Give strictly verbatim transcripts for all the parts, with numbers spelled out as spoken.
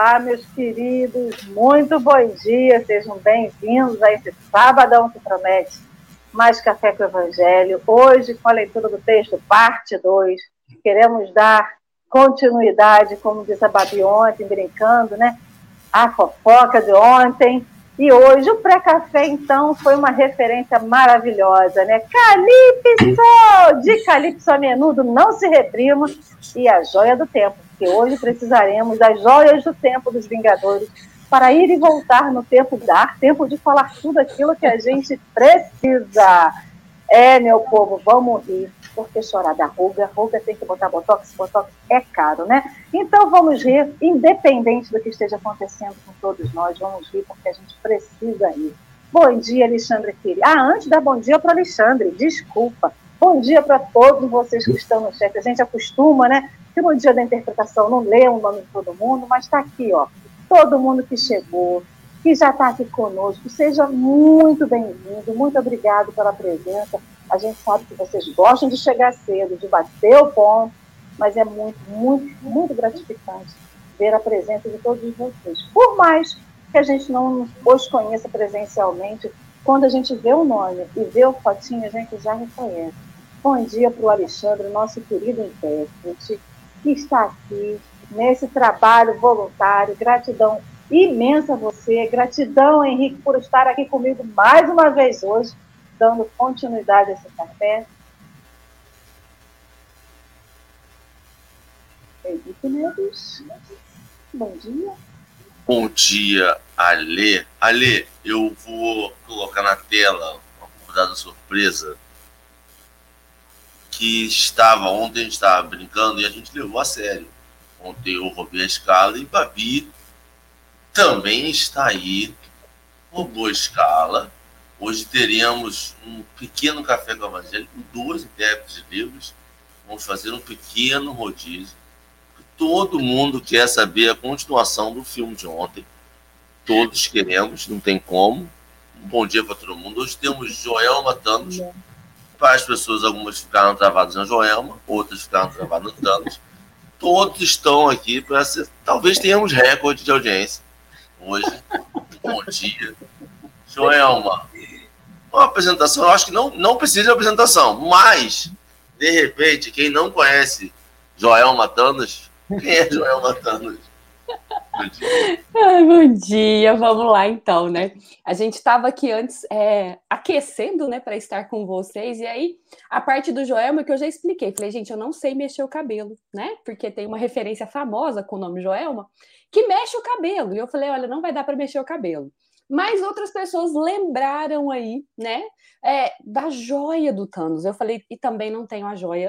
Olá, meus queridos, muito bom dia, sejam bem-vindos a esse sabadão que promete mais café com o Evangelho. Hoje, com a leitura do texto, parte dois, queremos dar continuidade, como disse a Babi ontem, brincando, né? A fofoca de ontem. E hoje o pré-café, então, foi uma referência maravilhosa, né? Calypso! De Calypso a menudo, não se reprima. E a joia do tempo, porque hoje precisaremos das joias do tempo dos Vingadores para ir e voltar no tempo, dar tempo de falar tudo aquilo que a gente precisa. É, meu povo, vamos rir, porque chorar da ruga, ruga tem que botar botox, botox é caro, né? Então vamos rir, independente do que esteja acontecendo com todos nós, vamos rir porque a gente precisa rir. Bom dia, Alexandre Quiri. Ah, antes de dar bom dia para o Alexandre, desculpa. Bom dia para todos vocês que estão no chat. A gente acostuma, né? Que no dia da interpretação não lê o nome de todo mundo, mas está aqui, ó. Todo mundo que chegou, que já está aqui conosco, seja muito bem-vindo, muito obrigado pela presença. A gente sabe que vocês gostam de chegar cedo, de bater o ponto, mas é muito, muito, muito gratificante ver a presença de todos vocês. Por mais que a gente não os conheça presencialmente, quando a gente vê o nome e vê o fotinho, a gente já reconhece. Bom dia para o Alexandre, nosso querido intérprete, que está aqui nesse trabalho voluntário. Gratidão imensa a você. Gratidão, Henrique, por estar aqui comigo mais uma vez hoje, dando continuidade a esse café. Henrique Neves, bom dia. Bom dia, Alê. Alê, eu vou colocar na tela uma convidada surpresa que estava, ontem a gente estava brincando e a gente levou a sério. Ontem eu roubei a escala e Babi também está aí, roubou a escala. Hoje teremos um pequeno café com o Evangelho com duas intérpretes de livros. Vamos fazer um pequeno rodízio. Todo mundo quer saber a continuação do filme de ontem. Todos queremos, não tem como. Um bom dia para todo mundo. Hoje temos Joelma Thanos. Para as pessoas, algumas ficaram travadas na Joelma, outras ficaram travadas no Thanos. Todos estão aqui para ser. Talvez tenhamos recorde de audiência hoje. Bom dia. Joelma, uma apresentação, eu acho que não, não precisa de apresentação, mas, de repente, quem não conhece Joelma Thanos, quem é Joelma Thanos? Bom dia. Ai, bom dia, vamos lá então, né? A gente estava aqui antes é, aquecendo, né, para estar com vocês, e aí a parte do Joelma que eu já expliquei, falei, gente, eu não sei mexer o cabelo, né? Porque tem uma referência famosa com o nome Joelma que mexe o cabelo, e eu falei, olha, não vai dar para mexer o cabelo. Mas outras pessoas lembraram aí, né, é, da joia do Thanos. Eu falei, e também não tenho a joia.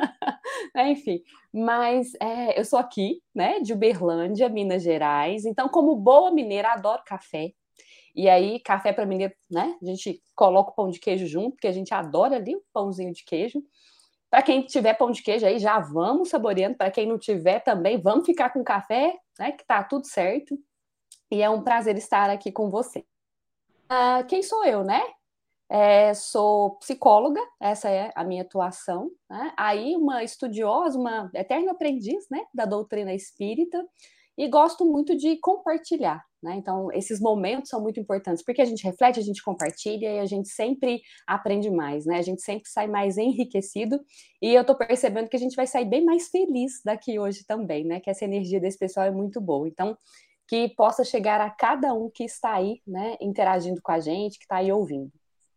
É, enfim, mas é, eu sou aqui, né, de Uberlândia, Minas Gerais. Então, como boa mineira, adoro café. E aí, café para mineiro, né, a gente coloca o pão de queijo junto, porque a gente adora ali o pãozinho de queijo. Para quem tiver pão de queijo aí, já vamos saboreando. Para quem não tiver também, vamos ficar com café, né, que tá tudo certo. E é um prazer estar aqui com você. Uh, quem sou eu, né? É, sou psicóloga, essa é a minha atuação, né? Aí uma estudiosa, uma eterna aprendiz, né, da doutrina espírita, e gosto muito de compartilhar, né? Então esses momentos são muito importantes, porque a gente reflete, a gente compartilha e a gente sempre aprende mais, né? A gente sempre sai mais enriquecido, e eu tô percebendo que a gente vai sair bem mais feliz daqui hoje também, né? Que essa energia desse pessoal é muito boa, então que possa chegar a cada um que está aí, né, interagindo com a gente, que está aí ouvindo.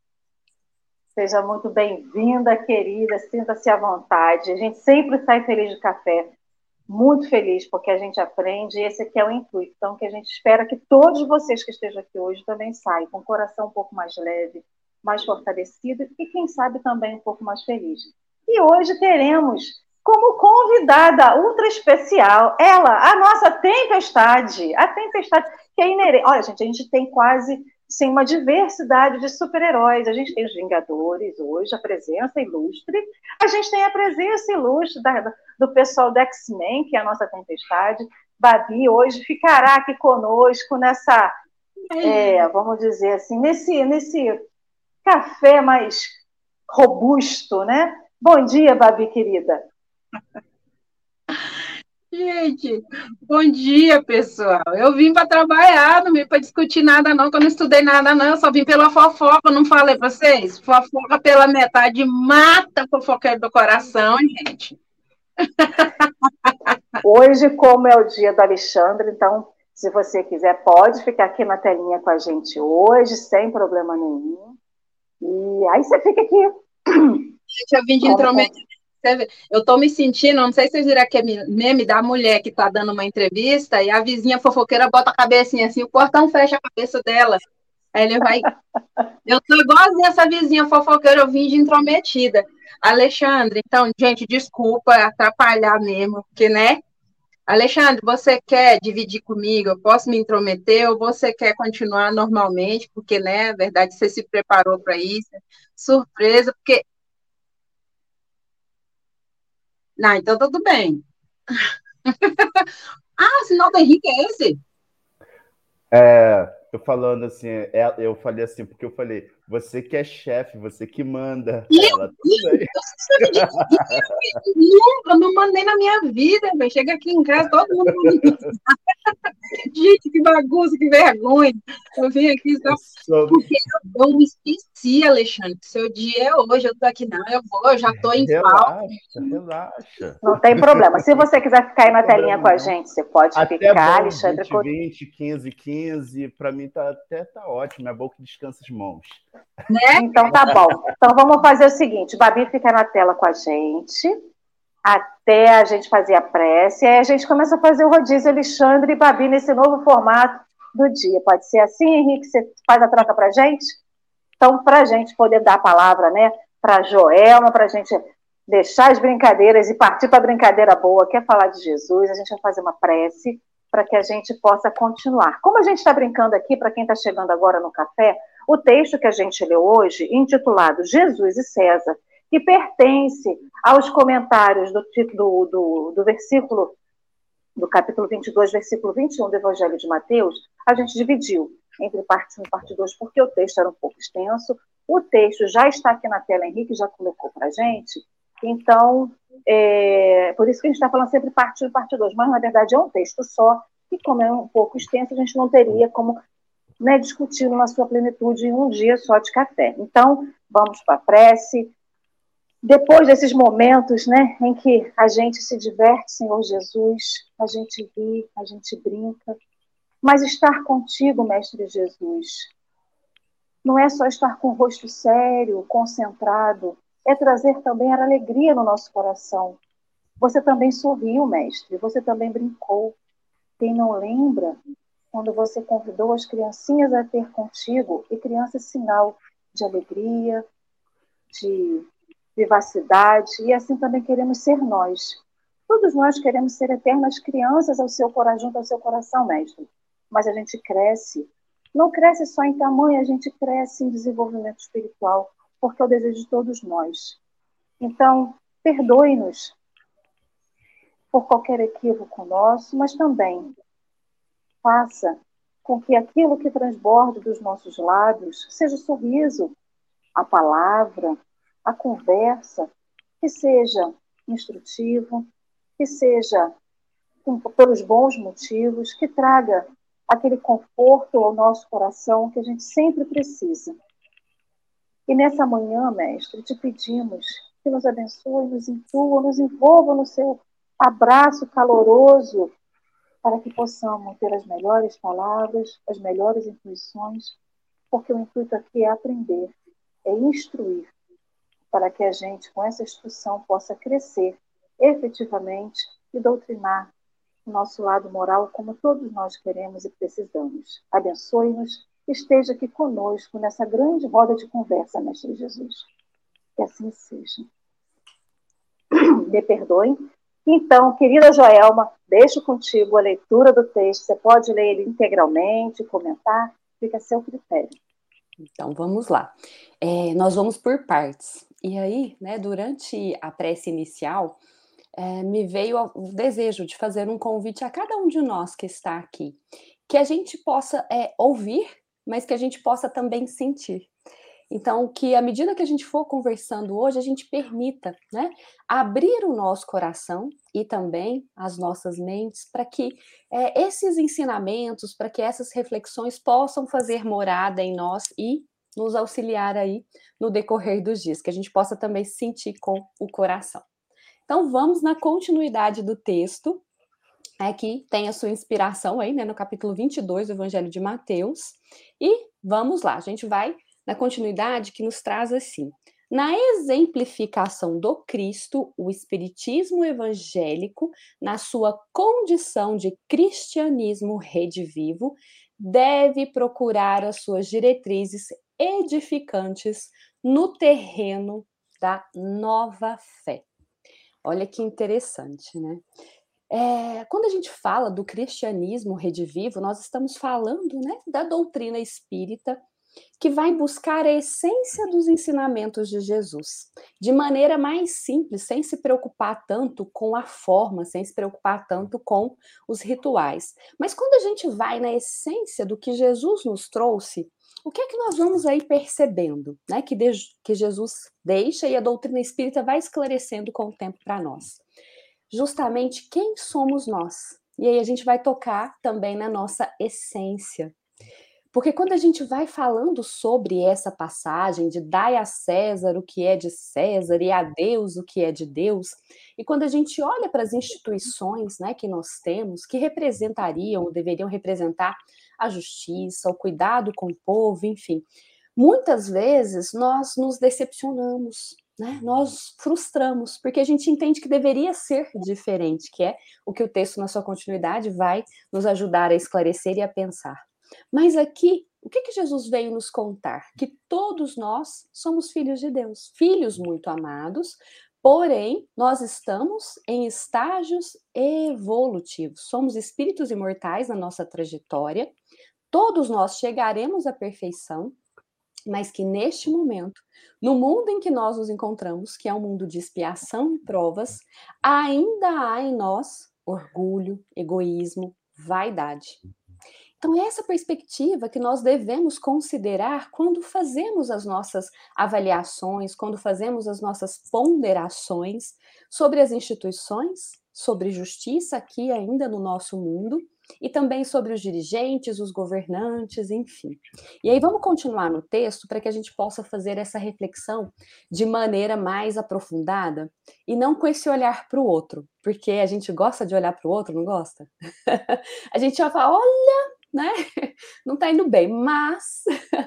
Seja muito bem-vinda, querida, sinta-se à vontade. A gente sempre sai feliz de café, muito feliz, porque a gente aprende, e esse aqui é o intuito. Então, que a gente espera que todos vocês que estejam aqui hoje também saiam com o coração um pouco mais leve, mais fortalecido e, quem sabe, também um pouco mais feliz. E hoje teremos como convidada ultra especial ela, a nossa Tempestade, a Tempestade, que é inerente. Olha, gente, a gente tem quase sim, uma diversidade de super-heróis. A gente tem os Vingadores hoje, a presença ilustre. A gente tem a presença ilustre da, do pessoal do X-Men, que é a nossa Tempestade. Babi hoje ficará aqui conosco nessa, é, vamos dizer assim, nesse, nesse café mais robusto, né? Bom dia, Babi, querida. Gente, bom dia, pessoal. Eu vim para trabalhar, não vim para discutir nada, não, que eu não estudei nada, não. Eu só vim pela fofoca, eu não falei para vocês? Fofoca pela metade mata fofoqueiro do coração, gente. Hoje, como é o dia do Alexandre, então, se você quiser, pode ficar aqui na telinha com a gente hoje, sem problema nenhum. E aí você fica aqui. Gente, eu vim de intrometida. Eu estou me sentindo, não sei se vocês viram aquele meme da mulher que está dando uma entrevista e a vizinha fofoqueira bota a cabecinha assim, o portão fecha a cabeça dela. Aí ele vai... Eu estou igualzinha essa vizinha fofoqueira, eu vim de intrometida. Alexandre, então, gente, desculpa atrapalhar mesmo, porque, né? Alexandre, você quer dividir comigo? Eu posso me intrometer ou você quer continuar normalmente? Porque, né, na verdade, você se preparou para isso. Surpresa, porque... Não, então tudo bem. Ah, sinal do Henrique é esse? É, eu falando assim, é, eu falei assim, porque eu falei, você que é chefe, você que manda. E Ela, tudo bem. Eu não mandei na minha vida, velho. Chega aqui em casa, todo mundo manda. Gente, que bagunça, que vergonha. Eu vim aqui só Sou... porque eu, eu me esqueci, Alexandre. Seu dia é hoje, eu tô aqui, não, eu vou, eu já tô em Relaxa, relaxa. Não tem problema. Se você quiser ficar aí na telinha com a gente, você pode até ficar, bom, Alexandre. vinte, vinte, quinze, quinze, para mim tá, até tá ótimo, é bom que descansa as mãos. Né? Então tá bom. Então vamos fazer o seguinte, Babi fica na tela com a gente, até a gente fazer a prece, e aí a gente começa a fazer o rodízio Alexandre e Babi nesse novo formato do dia. Pode ser assim, Henrique? Você faz a troca pra gente? Então, para a gente poder dar a palavra, né, para a Joelma, para a gente deixar as brincadeiras e partir para a brincadeira boa, que é falar de Jesus, a gente vai fazer uma prece para que a gente possa continuar. Como a gente está brincando aqui, para quem está chegando agora no café, o texto que a gente leu hoje, intitulado Jesus e César, que pertence aos comentários do, do, do, do versículo, do capítulo vinte e dois, versículo vinte e um do Evangelho de Mateus, a gente dividiu entre parte um e parte dois, porque o texto era um pouco extenso. O texto já está aqui na tela, Henrique já colocou para a gente, então, é, por isso que a gente está falando sempre parte um e parte dois, mas na verdade é um texto só, e como é um pouco extenso, a gente não teria como, né, discuti-lo na sua plenitude em um dia só de café. Então, vamos para a prece. Depois desses momentos, né, em que a gente se diverte, Senhor Jesus, a gente ri, a gente brinca, mas estar contigo, Mestre Jesus, não é só estar com o rosto sério, concentrado, é trazer também a alegria no nosso coração. Você também sorriu, Mestre, você também brincou. Quem não lembra, quando você convidou as criancinhas a ter contigo, e criança é sinal de alegria, de vivacidade, e assim também queremos ser nós. Todos nós queremos ser eternas crianças ao seu coração, junto ao seu coração, Mestre. Mas a gente cresce. Não cresce só em tamanho, a gente cresce em desenvolvimento espiritual, porque é o desejo de todos nós. Então, perdoe-nos por qualquer equívoco nosso, mas também faça com que aquilo que transborde dos nossos lábios seja o sorriso, a palavra, a conversa, que seja instrutivo, que seja pelos bons motivos, que traga aquele conforto ao nosso coração que a gente sempre precisa. E nessa manhã, Mestre, te pedimos que nos abençoe, nos intua, nos envolva no seu abraço caloroso, para que possamos ter as melhores palavras, as melhores intuições, porque o intuito aqui é aprender, é instruir, para que a gente, com essa instrução, possa crescer efetivamente e doutrinar o nosso lado moral como todos nós queremos e precisamos. Abençoe-nos, esteja aqui conosco nessa grande roda de conversa, Mestre Jesus. Que assim seja. Me perdoem. Então, querida Joelma, deixo contigo a leitura do texto. Você pode ler ele integralmente, comentar, fica a seu critério. Então, vamos lá. É, nós vamos por partes. E aí, né, durante a prece inicial, é, me veio o desejo de fazer um convite a cada um de nós que está aqui, que a gente possa é, ouvir, mas que a gente possa também sentir. Então, que à medida que a gente for conversando hoje, a gente permita, né, abrir o nosso coração e também as nossas mentes para que é, esses ensinamentos, para que essas reflexões possam fazer morada em nós e nos auxiliar aí no decorrer dos dias, que a gente possa também sentir com o coração. Então, vamos na continuidade do texto, é, que tem a sua inspiração aí, né, no capítulo vinte e dois do Evangelho de Mateus, e vamos lá, a gente vai na continuidade que nos traz assim: na exemplificação do Cristo, o espiritismo evangélico, na sua condição de cristianismo redivivo, deve procurar as suas diretrizes edificantes no terreno da nova fé. Olha que interessante, né? É, quando a gente fala do cristianismo redivivo, nós estamos falando, né, da doutrina espírita, que vai buscar a essência dos ensinamentos de Jesus, de maneira mais simples, sem se preocupar tanto com a forma, sem se preocupar tanto com os rituais. Mas quando a gente vai na essência do que Jesus nos trouxe, o que é que nós vamos aí percebendo, né, que, de, que Jesus deixa e a doutrina espírita vai esclarecendo com o tempo para nós? Justamente quem somos nós. E aí a gente vai tocar também na nossa essência. Porque quando a gente vai falando sobre essa passagem de dai a César o que é de César e a Deus o que é de Deus, e quando a gente olha para as instituições, né, que nós temos, que representariam ou deveriam representar a justiça, o cuidado com o povo, enfim, muitas vezes nós nos decepcionamos, né? Nós frustramos, porque a gente entende que deveria ser diferente, que é o que o texto na sua continuidade vai nos ajudar a esclarecer e a pensar. Mas aqui, o que, que Jesus veio nos contar? Que todos nós somos filhos de Deus, filhos muito amados, porém, nós estamos em estágios evolutivos. Somos espíritos imortais na nossa trajetória, todos nós chegaremos à perfeição, mas que neste momento, no mundo em que nós nos encontramos, que é um mundo de expiação e provas, ainda há em nós orgulho, egoísmo, vaidade. Então, essa perspectiva que nós devemos considerar quando fazemos as nossas avaliações, quando fazemos as nossas ponderações sobre as instituições, sobre justiça aqui ainda no nosso mundo, e também sobre os dirigentes, os governantes, enfim. E aí vamos continuar no texto para que a gente possa fazer essa reflexão de maneira mais aprofundada e não com esse olhar para o outro, porque a gente gosta de olhar para o outro, não gosta? A gente já fala, olha, né? Não está indo bem, mas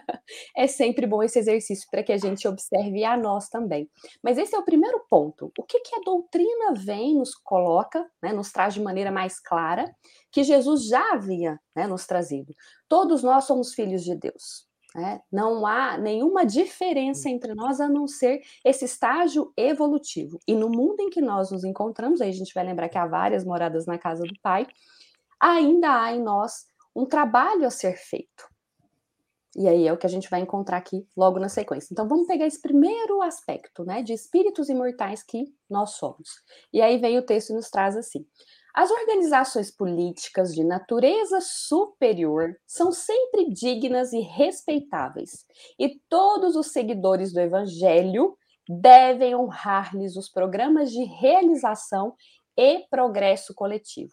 é sempre bom esse exercício para que a gente observe a nós também. Mas esse é o primeiro ponto. O que, que a doutrina vem, nos coloca, né, nos traz de maneira mais clara, que Jesus já havia, né, nos trazido. Todos nós somos filhos de Deus. Né? Não há nenhuma diferença entre nós a não ser esse estágio evolutivo. E no mundo em que nós nos encontramos, aí a gente vai lembrar que há várias moradas na casa do Pai, ainda há em nós um trabalho a ser feito. E aí é o que a gente vai encontrar aqui logo na sequência. Então vamos pegar esse primeiro aspecto, né, de espíritos imortais que nós somos. E aí vem o texto e nos traz assim: as organizações políticas de natureza superior são sempre dignas e respeitáveis, e todos os seguidores do Evangelho devem honrar-lhes os programas de realização e progresso coletivo,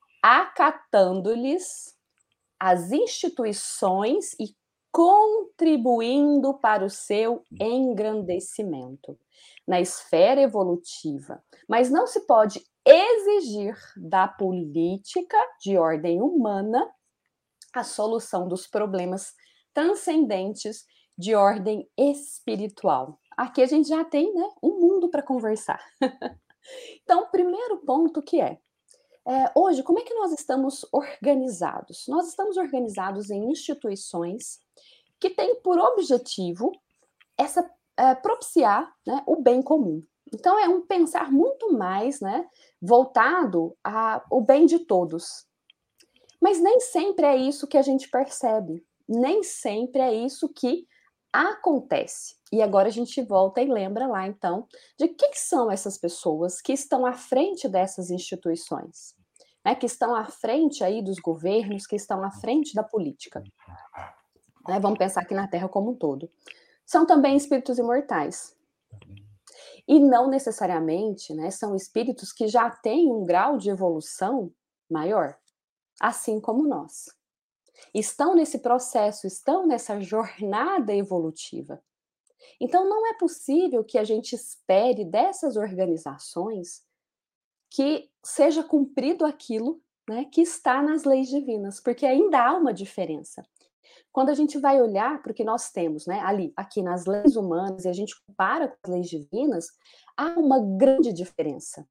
acatando-lhes as instituições e contribuindo para o seu engrandecimento na esfera evolutiva. Mas não se pode exigir da política de ordem humana a solução dos problemas transcendentes de ordem espiritual. Aqui a gente já tem, né, um mundo para conversar. Então, primeiro ponto que é, É, hoje, como é que nós estamos organizados? Nós estamos organizados em instituições que têm por objetivo essa, é, propiciar, né, o bem comum. Então, é um pensar muito mais, né, voltado ao bem de todos. Mas nem sempre é isso que a gente percebe, nem sempre é isso que acontece. E agora a gente volta e lembra lá, então, de quem são essas pessoas que estão à frente dessas instituições, né, que estão à frente aí dos governos, que estão à frente da política. Né, vamos pensar aqui na Terra como um todo. são também espíritos imortais. E não necessariamente, né, são espíritos que já têm um grau de evolução maior, assim como nós. Estão nesse processo, estão nessa jornada evolutiva. Então, não é possível que a gente espere dessas organizações que seja cumprido aquilo, né, que está nas leis divinas, porque ainda há uma diferença. Quando a gente vai olhar para o que nós temos, né, ali, aqui nas leis humanas, e a gente compara com as leis divinas, há uma grande diferença.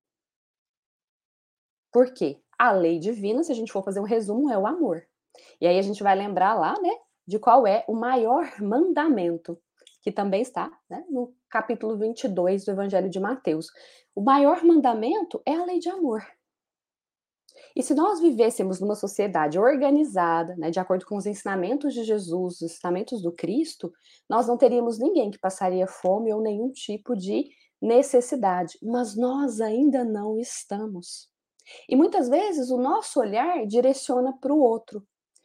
Por quê? A lei divina, se a gente for fazer um resumo, é o amor. E aí a gente vai lembrar lá, né, de qual é o maior mandamento, que também está, né, no capítulo vinte e dois do Evangelho de Mateus. O maior mandamento é a lei de amor. E se nós vivêssemos numa sociedade organizada, né, de acordo com os ensinamentos de Jesus, os ensinamentos do Cristo, nós não teríamos ninguém que passaria fome ou nenhum tipo de necessidade. Mas nós ainda não estamos. E muitas vezes o nosso olhar direciona para o outro.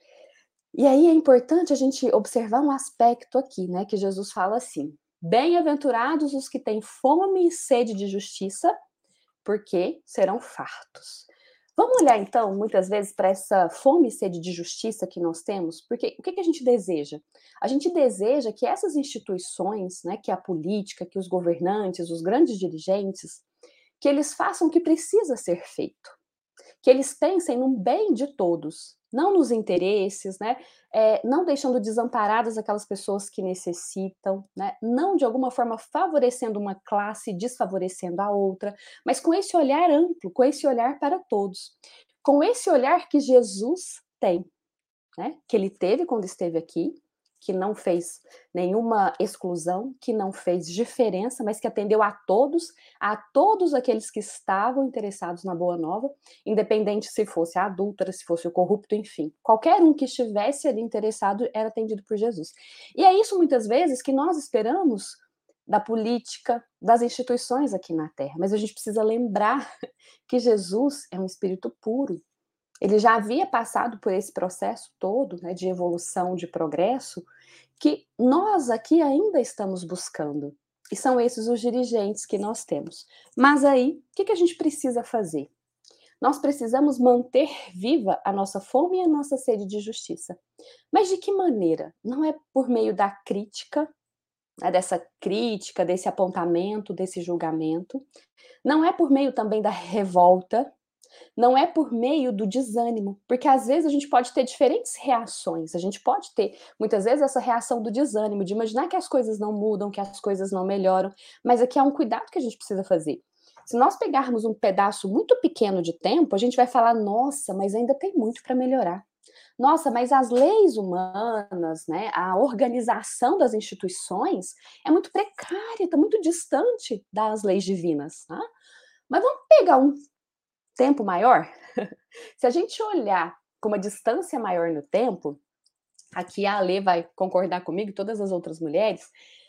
E aí é importante a gente observar um aspecto aqui, né, que Jesus fala assim: bem-aventurados os que têm fome e sede de justiça, porque serão fartos. Vamos olhar então, muitas vezes, para essa fome e sede de justiça que nós temos, porque o que, que a gente deseja? A gente deseja que essas instituições, né, que a política, que os governantes, os grandes dirigentes, que eles façam o que precisa ser feito. Que eles pensem no bem de todos, não nos interesses, né? É, não deixando desamparadas aquelas pessoas que necessitam, né? Não de alguma forma favorecendo uma classe e desfavorecendo a outra, mas com esse olhar amplo, com esse olhar para todos, com esse olhar que Jesus tem, né? Que ele teve quando esteve aqui, que não fez nenhuma exclusão, que não fez diferença, mas que atendeu a todos, a todos aqueles que estavam interessados na Boa Nova, independente se fosse a adúltera, se fosse o corrupto, enfim. Qualquer um que estivesse ali interessado era atendido por Jesus. E é isso, muitas vezes, que nós esperamos da política, das instituições aqui na Terra. Mas a gente precisa lembrar que Jesus é um espírito puro. Ele já havia passado por esse processo todo, né, de evolução, de progresso, que nós aqui ainda estamos buscando. E são esses os dirigentes que nós temos. Mas aí, o que, que a gente precisa fazer? Nós precisamos manter viva a nossa fome e a nossa sede de justiça. Mas de que maneira? Não é por meio da crítica, né, dessa crítica, desse apontamento, desse julgamento. Não é por meio também da revolta. Não é por meio do desânimo, porque às vezes a gente pode ter diferentes reações, a gente pode ter, muitas vezes, essa reação do desânimo, de imaginar que as coisas não mudam, que as coisas não melhoram, mas aqui há um cuidado que a gente precisa fazer. Se nós pegarmos um pedaço muito pequeno de tempo, a gente vai falar, nossa, mas ainda tem muito para melhorar. Nossa, mas as leis humanas, né, a organização das instituições é muito precária, está muito distante das leis divinas. Tá? Mas vamos pegar um tempo maior? Se a gente olhar com uma distância maior no tempo, aqui a Ale vai concordar comigo, todas as outras mulheres,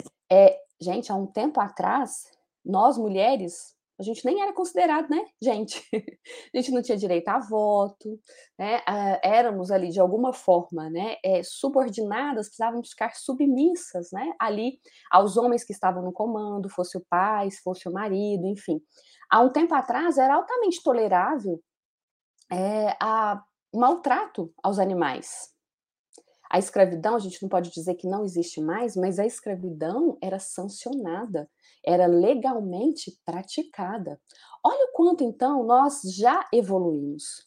é, gente, há um tempo atrás, nós mulheres, a gente nem era considerado, né, gente? A gente não tinha direito a voto, né? Éramos ali, de alguma forma, né, é, subordinadas, precisávamos ficar submissas, né, ali aos homens que estavam no comando, fosse o pai, fosse o marido, enfim. Há um tempo atrás era altamente tolerável é, a maltrato aos animais. A escravidão, a gente não pode dizer que não existe mais, mas a escravidão era sancionada, era legalmente praticada. Olha o quanto, então, nós já evoluímos.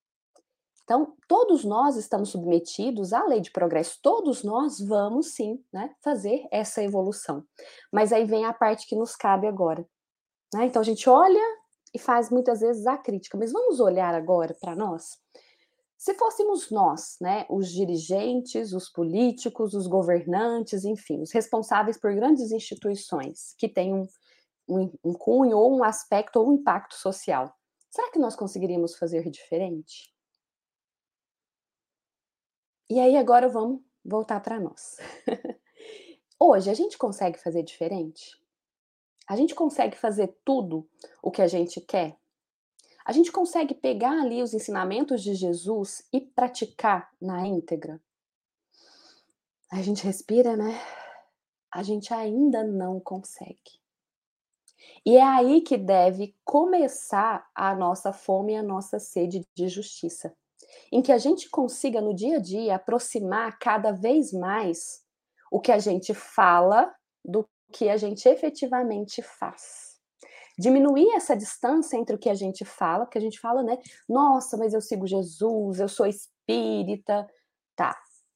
Então, todos nós estamos submetidos à lei de progresso, todos nós vamos, sim, né, fazer essa evolução. Mas aí vem a parte que nos cabe agora. Né? Então, a gente olha e faz muitas vezes a crítica, mas vamos olhar agora para nós? Se fôssemos nós, né, os dirigentes, os políticos, os governantes, enfim, os responsáveis por grandes instituições que têm um, um, um cunho ou um aspecto ou um impacto social, será que nós conseguiríamos fazer diferente? E aí agora vamos voltar para nós. Hoje, a gente consegue fazer diferente? A gente consegue fazer tudo o que a gente quer? A gente consegue pegar ali os ensinamentos de Jesus e praticar na íntegra? A gente respira, né? a gente ainda não consegue. E é aí que deve começar a nossa fome e a nossa sede de justiça, em que a gente consiga no dia a dia aproximar cada vez mais o que a gente fala do que a gente efetivamente faz. Diminuir essa distância entre o que a gente fala, porque a gente fala, né? Nossa, mas eu sigo Jesus, eu sou espírita, tá.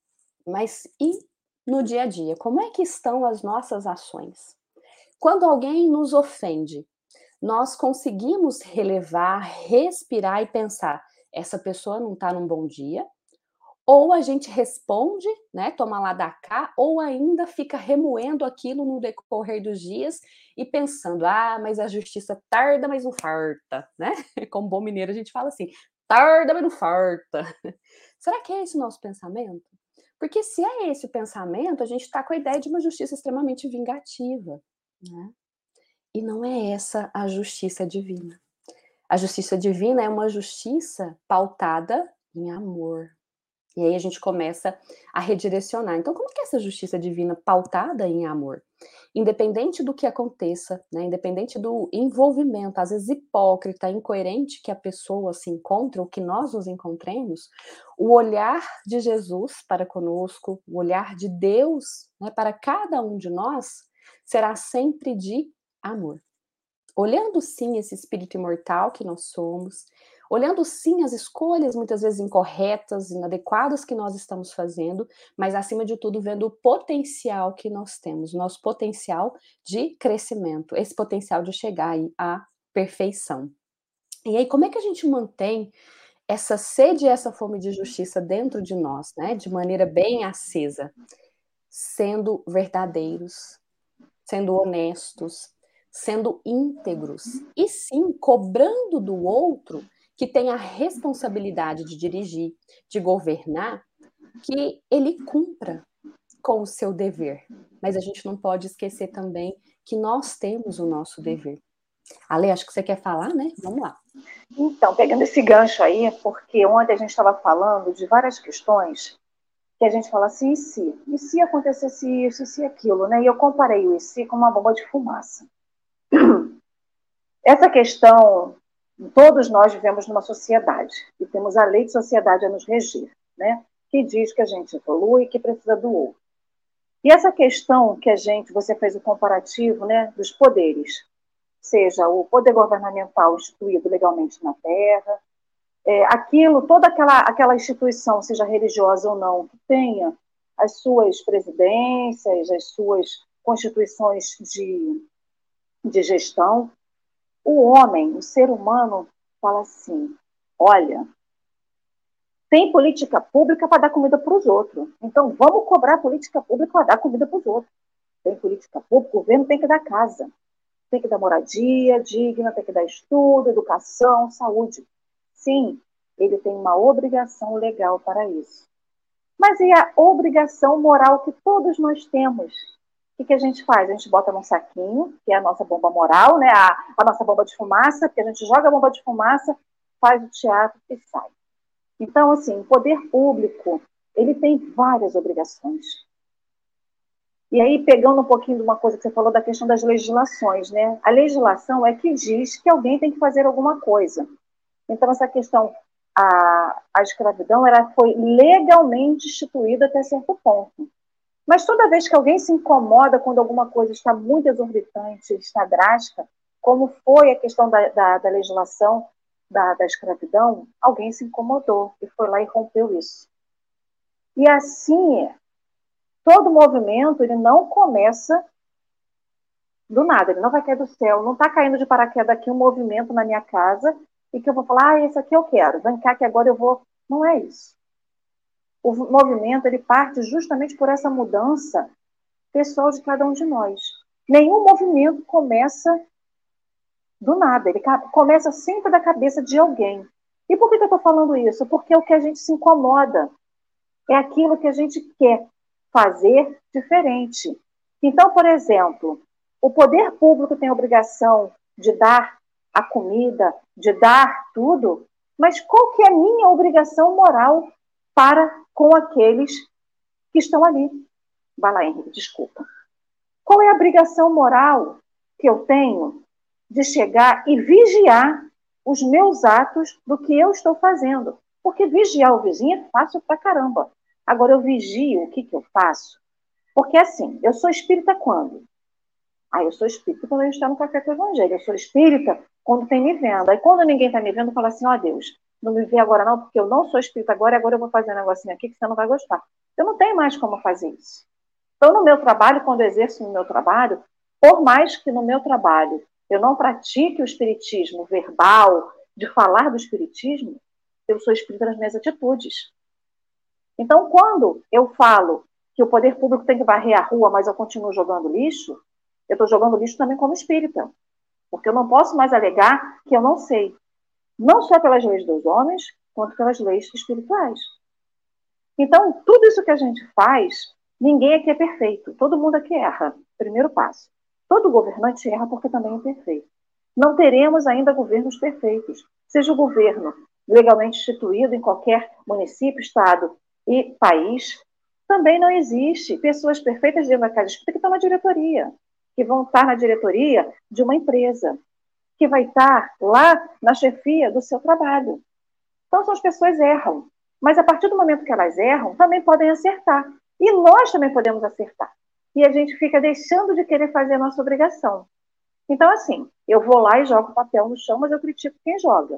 Mas e no dia a dia? Como é que estão as nossas ações? Quando alguém nos ofende, nós conseguimos relevar, respirar e pensar, essa pessoa não está num bom dia, ou a gente responde, né, toma lá da cá, ou ainda fica remoendo aquilo no decorrer dos dias e pensando, ah, mas a justiça tarda, mas não farta, né? Como bom mineiro a gente fala assim, tarda, mas não farta. Será que é esse o nosso pensamento? Porque se é esse o pensamento, a gente está com a ideia de uma justiça extremamente vingativa, né? E não é essa a justiça divina. A justiça divina é uma justiça pautada em amor. E aí a gente começa a redirecionar. Então, como que é essa justiça divina pautada em amor? Independente do que aconteça, né? Independente do envolvimento, às vezes hipócrita, incoerente que a pessoa se encontra, ou que nós nos encontremos, o olhar de Jesus para conosco, o olhar de Deus, né, para cada um de nós, será sempre de amor. Olhando sim esse espírito imortal que nós somos, olhando sim as escolhas muitas vezes incorretas, inadequadas que nós estamos fazendo, mas acima de tudo vendo o potencial que nós temos, nosso potencial de crescimento, esse potencial de chegar aí à perfeição. E aí como é que a gente mantém essa sede e essa fome de justiça dentro de nós, né, de maneira bem acesa? Sendo verdadeiros, sendo honestos, sendo íntegros, e sim cobrando do outro que tem a responsabilidade de dirigir, de governar, que ele cumpra com o seu dever. Mas a gente não pode esquecer também que nós temos o nosso dever. Ale, acho que você quer falar, né? Vamos lá. Então, pegando esse gancho aí, porque ontem a gente estava falando de várias questões que a gente fala assim, e se? E se acontecesse isso, e se aquilo, né? E eu comparei o e se com uma bomba de fumaça. Essa questão, todos nós vivemos numa sociedade e temos a lei de sociedade a nos regir, né? Que diz que a gente evolui e que precisa do outro. E essa questão que a gente, você fez o comparativo, né, dos poderes, seja o poder governamental instituído legalmente na Terra, é, aquilo, toda aquela, aquela instituição, seja religiosa ou não, que tenha as suas presidências, as suas constituições de, de gestão, o homem, o ser humano, fala assim, olha, tem política pública para dar comida para os outros, então vamos cobrar política pública para dar comida para os outros. Tem política pública, o governo tem que dar casa, tem que dar moradia digna, tem que dar estudo, educação, saúde. Sim, ele tem uma obrigação legal para isso. Mas e a obrigação moral que todos nós temos? O que a gente faz? A gente bota num saquinho, que é a nossa bomba moral, né? a, a nossa bomba de fumaça, porque a gente joga a bomba de fumaça, faz o teatro e sai. Então, assim, o poder público, ele tem várias obrigações. E aí, pegando um pouquinho de uma coisa que você falou da questão das legislações, né? A legislação é que diz que alguém tem que fazer alguma coisa. Então, essa questão, a, a escravidão, ela foi legalmente instituída até certo ponto. Mas toda vez que alguém se incomoda quando alguma coisa está muito exorbitante, está drástica, como foi a questão da, da, da legislação da, da escravidão, alguém se incomodou e foi lá e rompeu isso. E assim, todo movimento, ele não começa do nada, ele não vai cair do céu, não está caindo de paraquedas aqui um movimento na minha casa e que eu vou falar, ah, esse aqui eu quero, vem cá que agora eu vou... Não é isso. O movimento, ele parte justamente por essa mudança pessoal de cada um de nós. Nenhum movimento começa do nada, ele começa sempre da cabeça de alguém. E por que eu estou falando isso? Porque é o que a gente se incomoda. É aquilo que a gente quer fazer diferente. Então, por exemplo, o poder público tem a obrigação de dar a comida, de dar tudo, mas qual que é a minha obrigação moral para com aqueles que estão ali? Vai lá, Henrique, desculpa. Qual é a obrigação moral que eu tenho de chegar e vigiar os meus atos do que eu estou fazendo? Porque vigiar o vizinho é fácil pra caramba. Agora, eu vigio o que, que eu faço? Porque, assim, eu sou espírita quando? Ah, eu sou espírita quando a gente está no Café com o Evangelho. Eu sou espírita quando tem me vendo. Aí, quando ninguém está me vendo, eu falo assim, ó, oh, Deus, não me vê agora não, porque eu não sou espírita agora, e agora eu vou fazer um negocinho aqui que você não vai gostar. Eu não tenho mais como fazer isso. Então, no meu trabalho, quando eu exerço no meu trabalho, por mais que no meu trabalho eu não pratique o espiritismo verbal, de falar do espiritismo, eu sou espírita nas minhas atitudes. Então, quando eu falo que o poder público tem que varrer a rua, mas eu continuo jogando lixo, eu estou jogando lixo também como espírita. Porque eu não posso mais alegar que eu não sei. Não só pelas leis dos homens, quanto pelas leis espirituais. Então, tudo isso que a gente faz, ninguém aqui é perfeito. Todo mundo aqui erra. Primeiro passo. Todo governante erra porque também é imperfeito. Não teremos ainda governos perfeitos. Seja o governo legalmente instituído em qualquer município, estado e país, também não existe pessoas perfeitas dentro da casa espírita que estão na diretoria, que vão estar na diretoria de uma empresa, que vai estar lá na chefia do seu trabalho. Então, as pessoas erram. Mas, a partir do momento que elas erram, também podem acertar. E nós também podemos acertar. E a gente fica deixando de querer fazer a nossa obrigação. Então, assim, eu vou lá e jogo papel no chão, mas eu critico quem joga.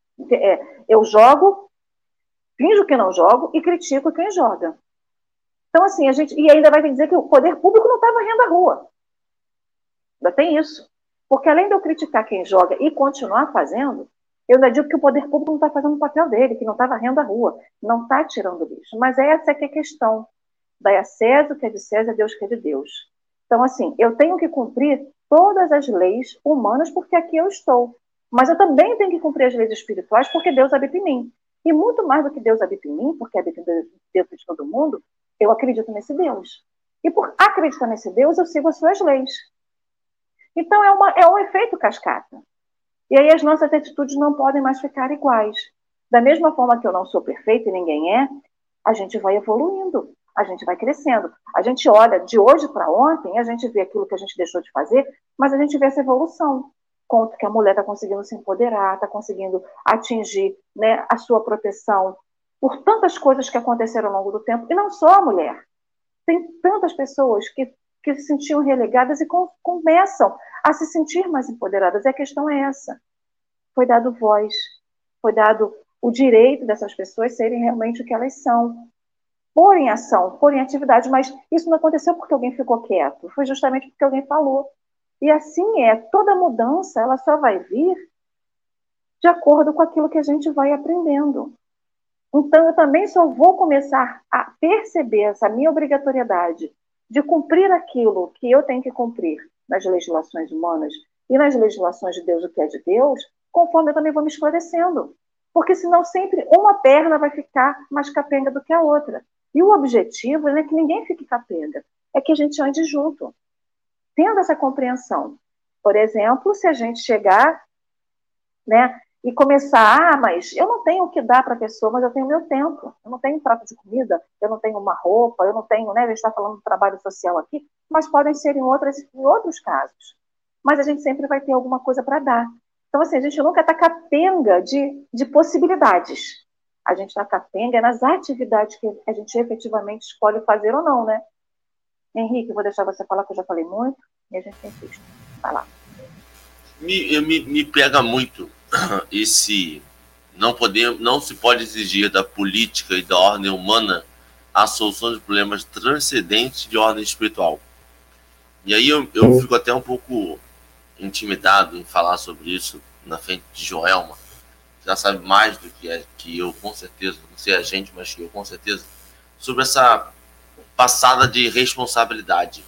É, eu jogo, finjo que não jogo e critico quem joga. Então, assim, a gente... E ainda vai dizer que o poder público não está varrendo a rua. Ainda tem isso. Porque além de eu criticar quem joga e continuar fazendo, eu ainda digo que o poder público não está fazendo o papel dele, que não está varrendo a rua, não está tirando lixo. Mas essa é que é a questão. Dai a César o que é de César, a Deus o que é de Deus. Então, assim, eu tenho que cumprir todas as leis humanas porque aqui eu estou. Mas eu também tenho que cumprir as leis espirituais porque Deus habita em mim. E muito mais do que Deus habita em mim, porque habita dentro de todo mundo, eu acredito nesse Deus. E por acreditar nesse Deus, eu sigo as suas leis. Então, é, uma, é um efeito cascata. E aí as nossas atitudes não podem mais ficar iguais. Da mesma forma que eu não sou perfeita e ninguém é, a gente vai evoluindo, a gente vai crescendo. A gente olha de hoje para ontem, a gente vê aquilo que a gente deixou de fazer, mas a gente vê essa evolução. Conto que a mulher está conseguindo se empoderar, está conseguindo atingir, né, a sua proteção por tantas coisas que aconteceram ao longo do tempo. E não só a mulher. Tem tantas pessoas que que se sentiam relegadas e com, começam a se sentir mais empoderadas. E a questão é essa. Foi dado voz, foi dado o direito dessas pessoas serem realmente o que elas são. Pôr em ação, pôr em atividade, mas isso não aconteceu porque alguém ficou quieto, foi justamente porque alguém falou. E assim é, toda mudança, ela só vai vir de acordo com aquilo que a gente vai aprendendo. Então, eu também só vou começar a perceber essa minha obrigatoriedade de cumprir aquilo que eu tenho que cumprir nas legislações humanas e nas legislações de Deus, o que é de Deus, conforme eu também vou me esclarecendo. Porque senão sempre uma perna vai ficar mais capenga do que a outra. E o objetivo não é que ninguém fique capenga, é que a gente ande junto, tendo essa compreensão. Por exemplo, se a gente chegar, né, e começar, ah, mas eu não tenho o que dar para a pessoa, mas eu tenho o meu tempo. Eu não tenho um prato de comida, eu não tenho uma roupa, eu não tenho, né, a gente está falando de trabalho social aqui, mas podem ser em, outras, em outros casos. Mas a gente sempre vai ter alguma coisa para dar. Então, assim, a gente nunca está capenga de, de possibilidades. A gente está capenga nas atividades que a gente efetivamente escolhe fazer ou não, né? Henrique, eu vou deixar você falar, que eu já falei muito, e a gente tem visto. Vai lá. Me, me, me pega muito esse não poder, não se pode exigir da política e da ordem humana a solução de problemas transcendentes de ordem espiritual. E aí eu, eu fico até um pouco intimidado em falar sobre isso na frente de Joelma. Já sabe mais do que, é, que eu, com certeza, não sei a gente, mas que eu, com certeza, sobre essa passada de responsabilidade.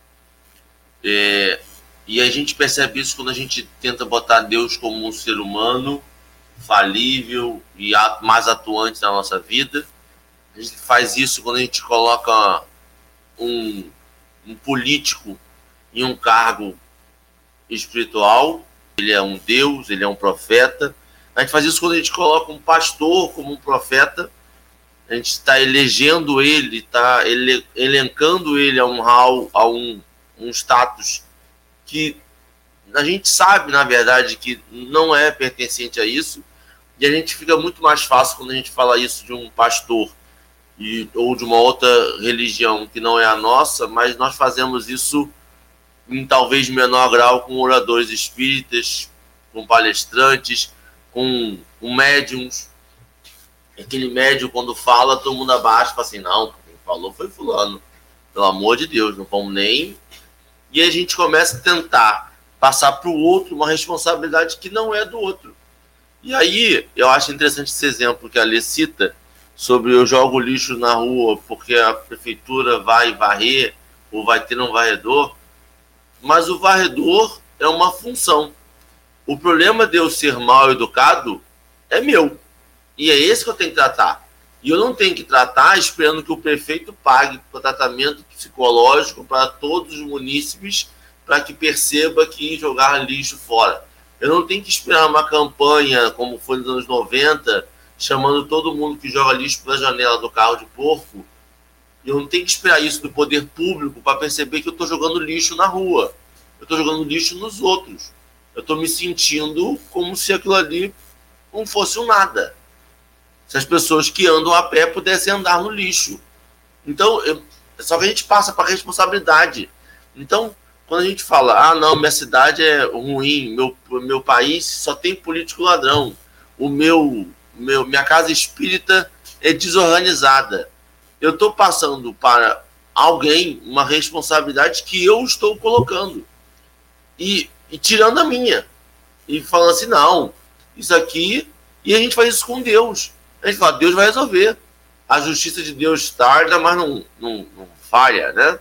É, e a gente percebe isso quando a gente tenta botar Deus como um ser humano falível e mais atuante na nossa vida. A gente faz isso quando a gente coloca um, um político em um cargo espiritual. Ele é um Deus, ele é um profeta. A gente faz isso quando a gente coloca um pastor como um profeta. A gente está elegendo ele, está ele, elencando ele a um hall, a um um status que a gente sabe, na verdade, que não é pertencente a isso, e a gente fica muito mais fácil quando a gente fala isso de um pastor e, ou de uma outra religião que não é a nossa, mas nós fazemos isso em talvez menor grau com oradores espíritas, com palestrantes, com, com médiums. Aquele médium, quando fala, todo mundo abaixa e fala assim, não, quem falou foi fulano. Pelo amor de Deus, não vamos nem... E a gente começa a tentar passar para o outro uma responsabilidade que não é do outro. E aí, eu acho interessante esse exemplo que a Lê cita, sobre eu jogo lixo na rua porque a prefeitura vai varrer ou vai ter um varredor, mas o varredor é uma função. O problema de eu ser mal educado é meu. E é esse que eu tenho que tratar. E eu não tenho que tratar esperando que o prefeito pague o tratamento psicológico para todos os munícipes para que perceba que jogar lixo fora. Eu não tenho que esperar uma campanha, como foi nos anos noventa, chamando todo mundo que joga lixo pela janela do carro de porco. Eu não tenho que esperar isso do poder público para perceber que eu estou jogando lixo na rua. Eu estou jogando lixo nos outros. Eu estou me sentindo como se aquilo ali não fosse um nada. Se as pessoas que andam a pé pudessem andar no lixo. Então, eu, só que a gente passa para a responsabilidade. Então, quando a gente fala, ah, não, minha cidade é ruim, meu, meu país só tem político ladrão, o meu, meu, minha casa espírita é desorganizada. Eu estou passando para alguém uma responsabilidade que eu estou colocando. E, e tirando a minha. E falando assim, não, isso aqui... E a gente faz isso com Deus. A gente fala, Deus vai resolver. A justiça de Deus tarda, mas não, não, não falha, né?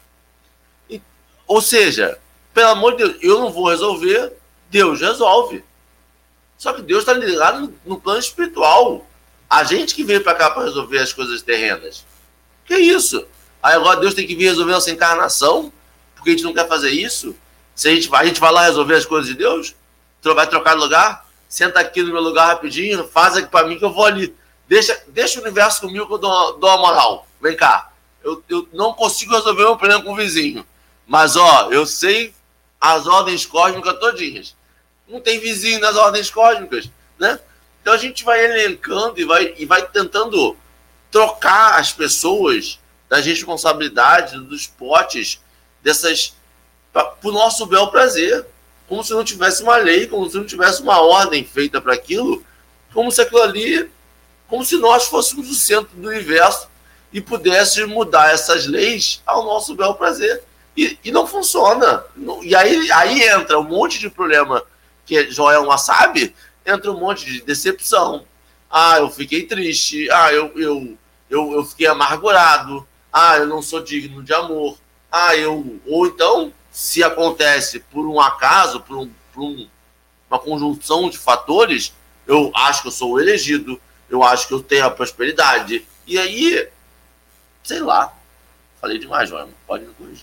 E, ou seja, pelo amor de Deus, eu não vou resolver, Deus resolve. Só que Deus está ligado no, no plano espiritual. A gente que veio para cá para resolver as coisas terrenas. Que isso? Aí agora Deus tem que vir resolver nossa encarnação, porque a gente não quer fazer isso? Se a gente vai, a gente vai lá resolver as coisas de Deus? Vai trocar de lugar? Senta aqui no meu lugar rapidinho, faz aqui para mim que eu vou ali. Deixa, deixa o universo comigo que eu dou, dou uma moral. Vem cá. Eu, eu não consigo resolver meu problema com o vizinho. Mas, ó, eu sei as ordens cósmicas todinhas. Não tem vizinho nas ordens cósmicas, né? Então a gente vai elencando e vai, e vai tentando trocar as pessoas das responsabilidades, dos potes, dessas... para o nosso bel prazer. Como se não tivesse uma lei, como se não tivesse uma ordem feita para aquilo, como se aquilo ali, como se nós fôssemos o centro do universo e pudéssemos mudar essas leis ao nosso bel prazer. E, e não funciona. E aí, aí entra um monte de problema que Joel Wasabi, entra um monte de decepção. Ah, eu fiquei triste. Ah, eu, eu, eu, eu fiquei amargurado. Ah, eu não sou digno de amor. Ah, eu... Ou então... Se acontece por um acaso, por, um, por um, uma conjunção de fatores, eu acho que eu sou o elegido, eu acho que eu tenho a prosperidade. E aí, sei lá, falei demais, Joana, pode me corrigir.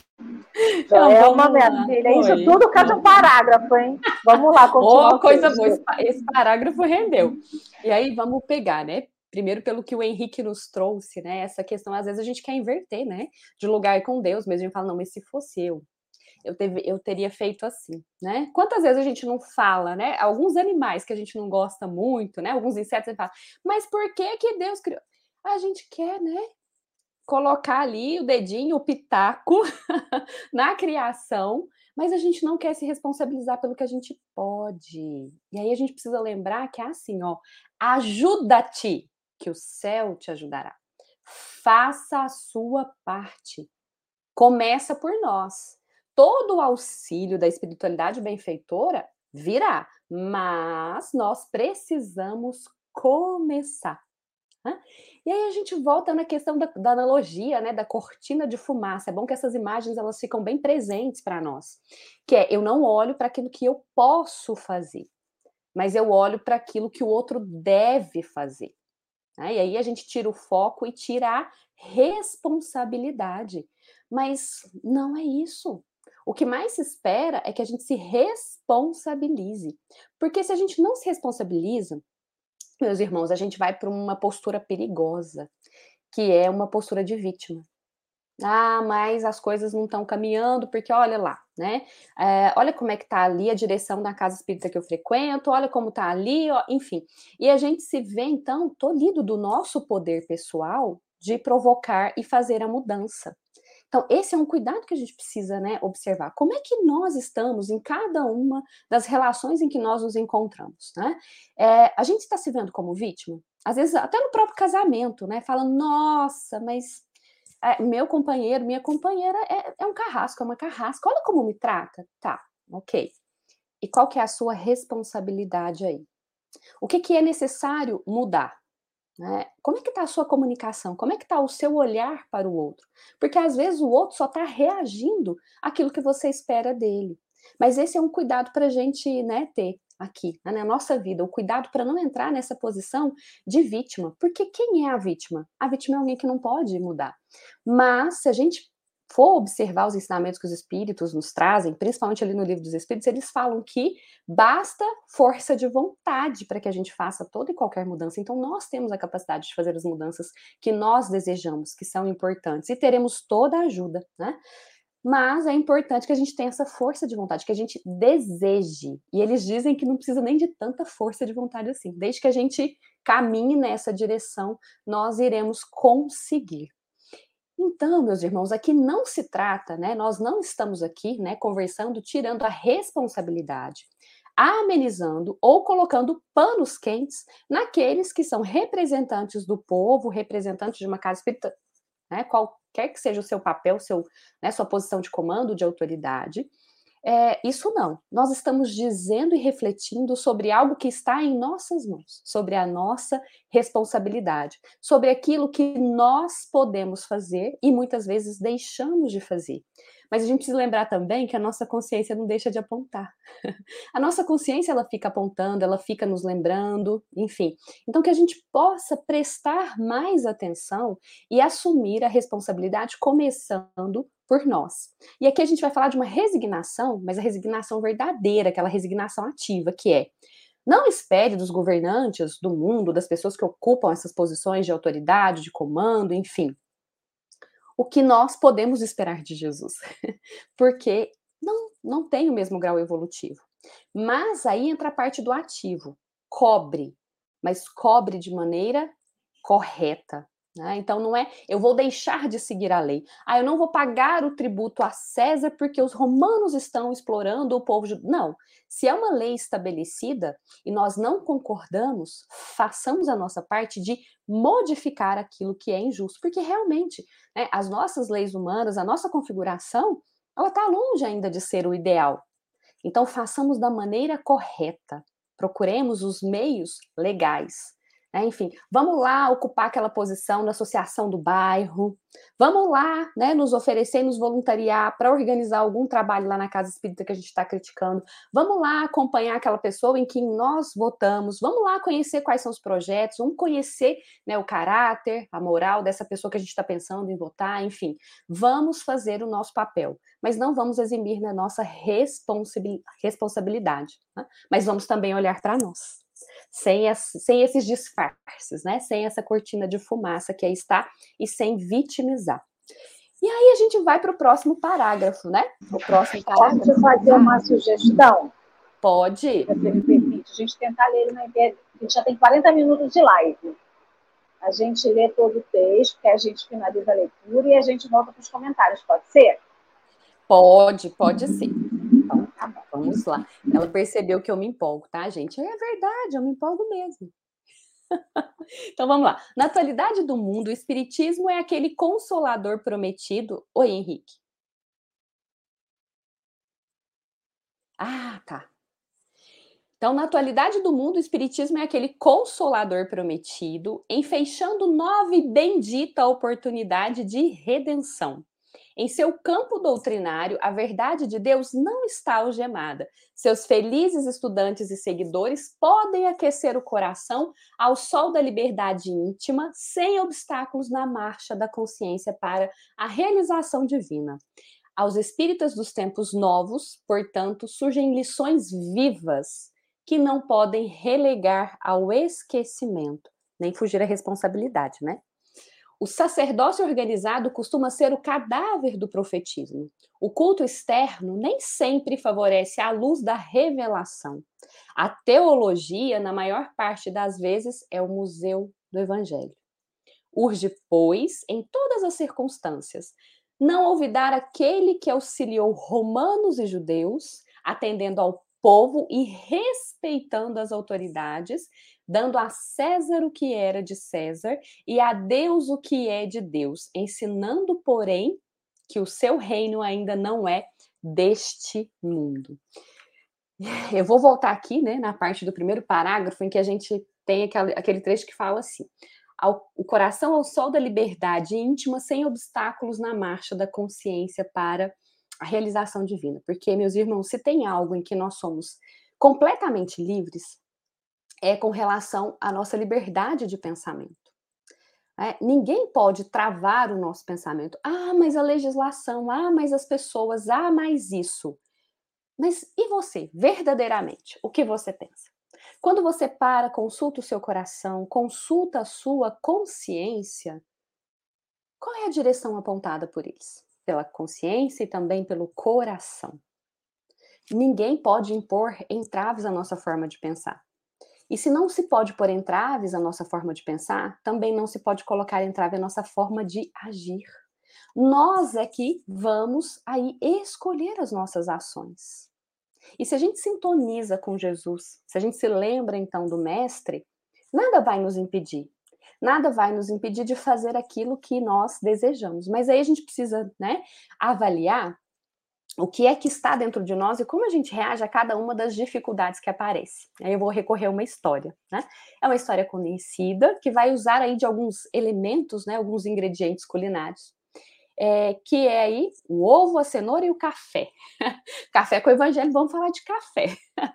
É uma minha filha, isso tudo cabe um parágrafo, hein? Vamos lá, continuar. Oh, coisa boa, esse parágrafo rendeu. E aí, vamos pegar, né? Primeiro, pelo que o Henrique nos trouxe, né? Essa questão, às vezes a gente quer inverter, né? De lugar com Deus mesmo, a gente fala, não, mas se fosse eu, Eu, teve, eu teria feito assim, né? Quantas vezes a gente não fala, né? Alguns animais que a gente não gosta muito, né? Alguns insetos, a gente fala, mas por que que Deus criou? A gente quer, né? Colocar ali o dedinho, o pitaco na criação, mas a gente não quer se responsabilizar pelo que a gente pode. E aí a gente precisa lembrar que é assim, ó, ajuda-te, que o céu te ajudará. Faça a sua parte. Começa por nós. Todo o auxílio da espiritualidade benfeitora virá, mas nós precisamos começar. Né? E aí a gente volta na questão da, da analogia, né, da cortina de fumaça. É bom que essas imagens elas ficam bem presentes para nós. Que é, eu não olho para aquilo que eu posso fazer, mas eu olho para aquilo que o outro deve fazer. Né? E aí a gente tira o foco e tira a responsabilidade. Mas não é isso. O que mais se espera é que a gente se responsabilize. Porque se a gente não se responsabiliza, meus irmãos, a gente vai para uma postura perigosa, que é uma postura de vítima. Ah, mas as coisas não estão caminhando, porque olha lá, né? É, olha como é que tá ali a direção da casa espírita que eu frequento, olha como tá ali, ó, enfim. E a gente se vê, então, tolhido do nosso poder pessoal de provocar e fazer a mudança. Então, esse é um cuidado que a gente precisa, né, observar. Como é que nós estamos em cada uma das relações em que nós nos encontramos, né? É, a gente está se vendo como vítima? Às vezes, até no próprio casamento, né? Falando, nossa, mas é, meu companheiro, minha companheira é, é um carrasco, é uma carrasca. Olha como me trata. Tá, ok. E qual que é a sua responsabilidade aí? O que, que é necessário mudar? Né? Como é que está a sua comunicação? Como é que está o seu olhar para o outro? Porque às vezes o outro só está reagindo àquilo que você espera dele. Mas esse é um cuidado para a gente, né, ter aqui, né, na nossa vida, o cuidado para não entrar nessa posição de vítima. Porque quem é a vítima? A vítima é alguém que não pode mudar. Mas se a gente for observar os ensinamentos que os espíritos nos trazem, principalmente ali no Livro dos Espíritos, eles falam que basta força de vontade para que a gente faça toda e qualquer mudança. Então, nós temos a capacidade de fazer as mudanças que nós desejamos, que são importantes, e teremos toda a ajuda, né? Mas é importante que a gente tenha essa força de vontade, que a gente deseje. E eles dizem que não precisa nem de tanta força de vontade assim. Desde que a gente caminhe nessa direção, nós iremos conseguir. Então, meus irmãos, aqui não se trata, né? Nós não estamos aqui, né, conversando, tirando a responsabilidade, amenizando ou colocando panos quentes naqueles que são representantes do povo, representantes de uma casa espírita, né? Qualquer que seja o seu papel, seu, né, sua posição de comando, de autoridade. É, isso não. Nós estamos dizendo e refletindo sobre algo que está em nossas mãos, sobre a nossa responsabilidade, sobre aquilo que nós podemos fazer e muitas vezes deixamos de fazer. Mas a gente precisa lembrar também que a nossa consciência não deixa de apontar. A nossa consciência, ela fica apontando, ela fica nos lembrando, enfim. Então, que a gente possa prestar mais atenção e assumir a responsabilidade, começando por nós. E aqui a gente vai falar de uma resignação, mas a resignação verdadeira, aquela resignação ativa, que é: não espere dos governantes do mundo, das pessoas que ocupam essas posições de autoridade, de comando, enfim, o que nós podemos esperar de Jesus, porque não, não tem o mesmo grau evolutivo. Mas aí entra a parte do ativo, cobre, mas cobre de maneira correta. Né? Então não é, eu vou deixar de seguir a lei. Ah, eu não vou pagar o tributo a César porque os romanos estão explorando o povo judeu. Não, se é uma lei estabelecida e nós não concordamos, façamos a nossa parte de modificar aquilo que é injusto, porque realmente, né, as nossas leis humanas, a nossa configuração, ela está longe ainda de ser o ideal. Então façamos da maneira correta, procuremos os meios legais. Enfim, vamos lá ocupar aquela posição na associação do bairro, vamos lá, né, nos oferecer e nos voluntariar para organizar algum trabalho lá na casa espírita que a gente está criticando, vamos lá acompanhar aquela pessoa em quem nós votamos, vamos lá conhecer quais são os projetos, vamos conhecer, né, o caráter, a moral dessa pessoa que a gente está pensando em votar, enfim, vamos fazer o nosso papel, mas não vamos eximir na nossa responsabilidade, né? Mas vamos também olhar para nós. Sem, as, sem esses disfarces, né? Sem essa cortina de fumaça que aí está e sem vitimizar. E aí a gente vai para o próximo parágrafo, né? O próximo parágrafo. Pode fazer uma sugestão? Pode. Se você me permite, a gente tentar ler ele na internet. A gente já tem quarenta minutos de live. A gente lê todo o texto, que a gente finaliza a leitura e a gente volta para os comentários. Pode ser? Pode, pode ser. Então, tá bom, vamos lá. Ela percebeu que eu me empolgo, tá, gente? É verdade, eu me empolgo mesmo. Então, vamos lá. Na atualidade do mundo, o espiritismo é aquele consolador prometido. Oi, Henrique. Ah, tá. Então, na atualidade do mundo, o espiritismo é aquele consolador prometido, enfeixando nova e bendita oportunidade de redenção. Em seu campo doutrinário, a verdade de Deus não está algemada. Seus felizes estudantes e seguidores podem aquecer o coração ao sol da liberdade íntima, sem obstáculos na marcha da consciência para a realização divina. Aos espíritas dos tempos novos, portanto, surgem lições vivas que não podem relegar ao esquecimento, nem fugir à responsabilidade, né? O sacerdócio organizado costuma ser o cadáver do profetismo. O culto externo nem sempre favorece a luz da revelação. A teologia, na maior parte das vezes, é o museu do evangelho. Urge, pois, em todas as circunstâncias, não olvidar aquele que auxiliou romanos e judeus, atendendo ao povo e respeitando as autoridades, dando a César o que era de César e a Deus o que é de Deus, ensinando, porém, que o seu reino ainda não é deste mundo. Eu vou voltar aqui, né, na parte do primeiro parágrafo, em que a gente tem aquele, aquele trecho que fala assim: Ao, o coração ao sol da liberdade íntima, sem obstáculos na marcha da consciência para a realização divina. Porque, meus irmãos, se tem algo em que nós somos completamente livres, é com relação à nossa liberdade de pensamento. É, ninguém pode travar o nosso pensamento. Ah, mas a legislação, ah, mas as pessoas, ah, mas isso. Mas e você, verdadeiramente, o que você pensa? Quando você para, consulta o seu coração, consulta a sua consciência, qual é a direção apontada por eles? Pela consciência e também pelo coração. Ninguém pode impor entraves à nossa forma de pensar. E se não se pode pôr entraves à nossa forma de pensar, também não se pode colocar entrave à nossa forma de agir. Nós é que vamos aí escolher as nossas ações. E se a gente sintoniza com Jesus, se a gente se lembra então do Mestre, nada vai nos impedir. Nada vai nos impedir de fazer aquilo que nós desejamos. Mas aí a gente precisa, né, avaliar o que é que está dentro de nós e como a gente reage a cada uma das dificuldades que aparece. Aí eu vou recorrer a uma história, né? É uma história conhecida que vai usar aí de alguns elementos, né, alguns ingredientes culinários, é, que é aí o ovo, a cenoura e o café. Café com o evangelho, vamos falar de café.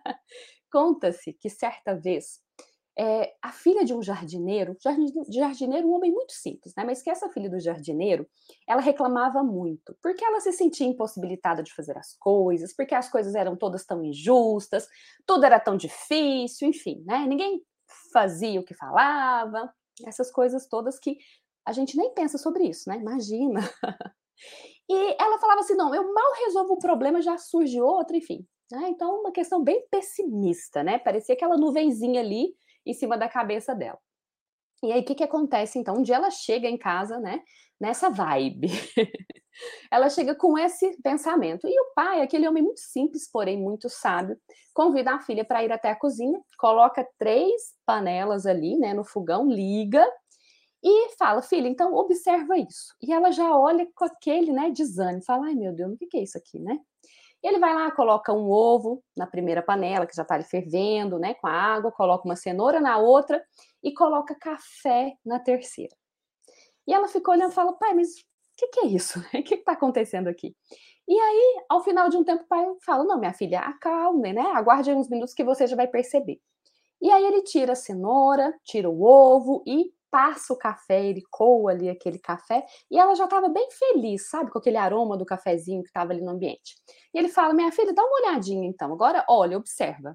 Conta-se que certa vez É, a filha de um jardineiro, jardineiro um homem muito simples, né? Mas que essa filha do jardineiro, ela reclamava muito, porque ela se sentia impossibilitada de fazer as coisas, porque as coisas eram todas tão injustas, tudo era tão difícil, enfim, né? Ninguém fazia o que falava, essas coisas todas que a gente nem pensa sobre isso, né? Imagina. E ela falava assim, não, eu mal resolvo um problema, já surge outro, enfim. Né? Então, uma questão bem pessimista, né? Parecia aquela nuvenzinha ali em cima da cabeça dela. E aí, o que que acontece, então? Um dia ela chega em casa, né, nessa vibe. Ela chega com esse pensamento. E o pai, aquele homem muito simples, porém muito sábio, convida a filha para ir até a cozinha, coloca três panelas ali, né, no fogão, liga e fala, filha, então observa isso. E ela já olha com aquele, né, desânimo, fala, ai meu Deus, o que que é isso aqui, né? Ele vai lá, coloca um ovo na primeira panela, que já está ali fervendo, né, com a água, coloca uma cenoura na outra e coloca café na terceira. E ela ficou olhando e fala, pai, mas o que, que é isso? O que está acontecendo aqui? E aí, ao final de um tempo, o pai fala, não, minha filha, acalme, né, aguarde uns minutos que você já vai perceber. E aí ele tira a cenoura, tira o ovo e passa o café, ele coa ali aquele café, e ela já estava bem feliz, sabe, com aquele aroma do cafezinho que estava ali no ambiente. E ele fala, minha filha, dá uma olhadinha então, agora olha, observa.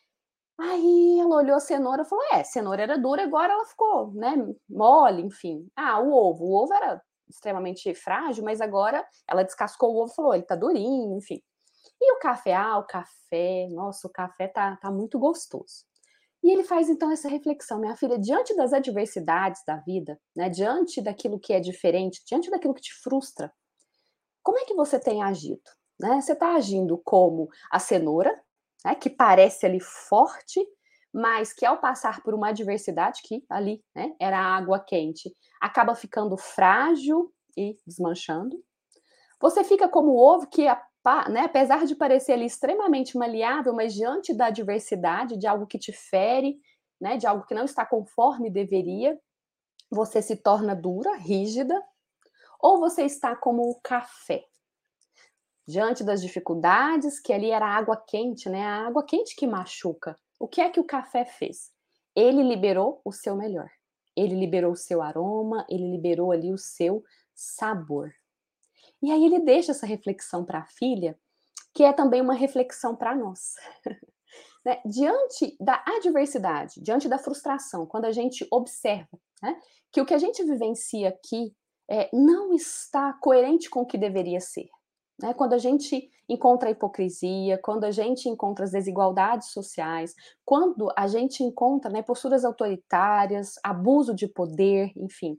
Aí ela olhou a cenoura e falou, é, cenoura era dura, agora ela ficou, né, mole, enfim. Ah, o ovo, o ovo era extremamente frágil, mas agora ela descascou o ovo e falou, ele tá durinho, enfim. E o café, ah, o café, nossa, o café tá, tá muito gostoso. E ele faz então essa reflexão, minha filha, diante das adversidades da vida, né, diante daquilo que é diferente, diante daquilo que te frustra, como é que você tem agido? Né? Você está agindo como a cenoura, né, que parece ali forte, mas que ao passar por uma adversidade, que ali, né, era água quente, acaba ficando frágil e desmanchando. Você fica como o ovo que, né, apesar de parecer ali extremamente maleável, mas diante da adversidade, de algo que te fere, né, de algo que não está conforme deveria, você se torna dura, rígida, ou você está como o café, diante das dificuldades, que ali era água quente, né, a água quente que machuca. O que é que o café fez? Ele liberou o seu melhor, ele liberou o seu aroma, ele liberou ali o seu sabor. E aí ele deixa essa reflexão para a filha, que é também uma reflexão para nós. Né? Diante da adversidade, diante da frustração, quando a gente observa né, que o que a gente vivencia aqui é, não está coerente com o que deveria ser. Né? Quando a gente encontra a hipocrisia, quando a gente encontra as desigualdades sociais, quando a gente encontra, né, posturas autoritárias, abuso de poder, enfim.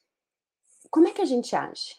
Como é que a gente age?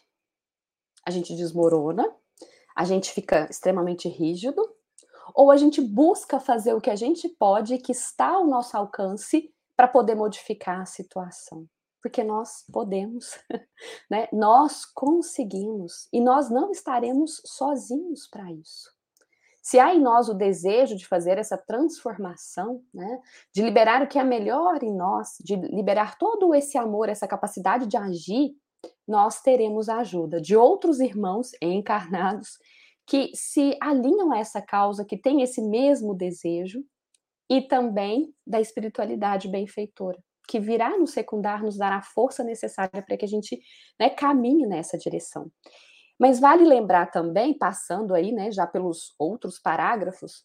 A gente desmorona, a gente fica extremamente rígido, ou a gente busca fazer o que a gente pode, que está ao nosso alcance, para poder modificar a situação? Porque nós podemos, né? Nós conseguimos, e nós não estaremos sozinhos para isso. Se há em nós o desejo de fazer essa transformação, né, de liberar o que é melhor em nós, de liberar todo esse amor, essa capacidade de agir, nós teremos a ajuda de outros irmãos encarnados que se alinham a essa causa, que tem esse mesmo desejo, e também da espiritualidade benfeitora, que virá nos secundar, nos dar a força necessária para que a gente, né, caminhe nessa direção. Mas vale lembrar também, passando aí, né, já pelos outros parágrafos,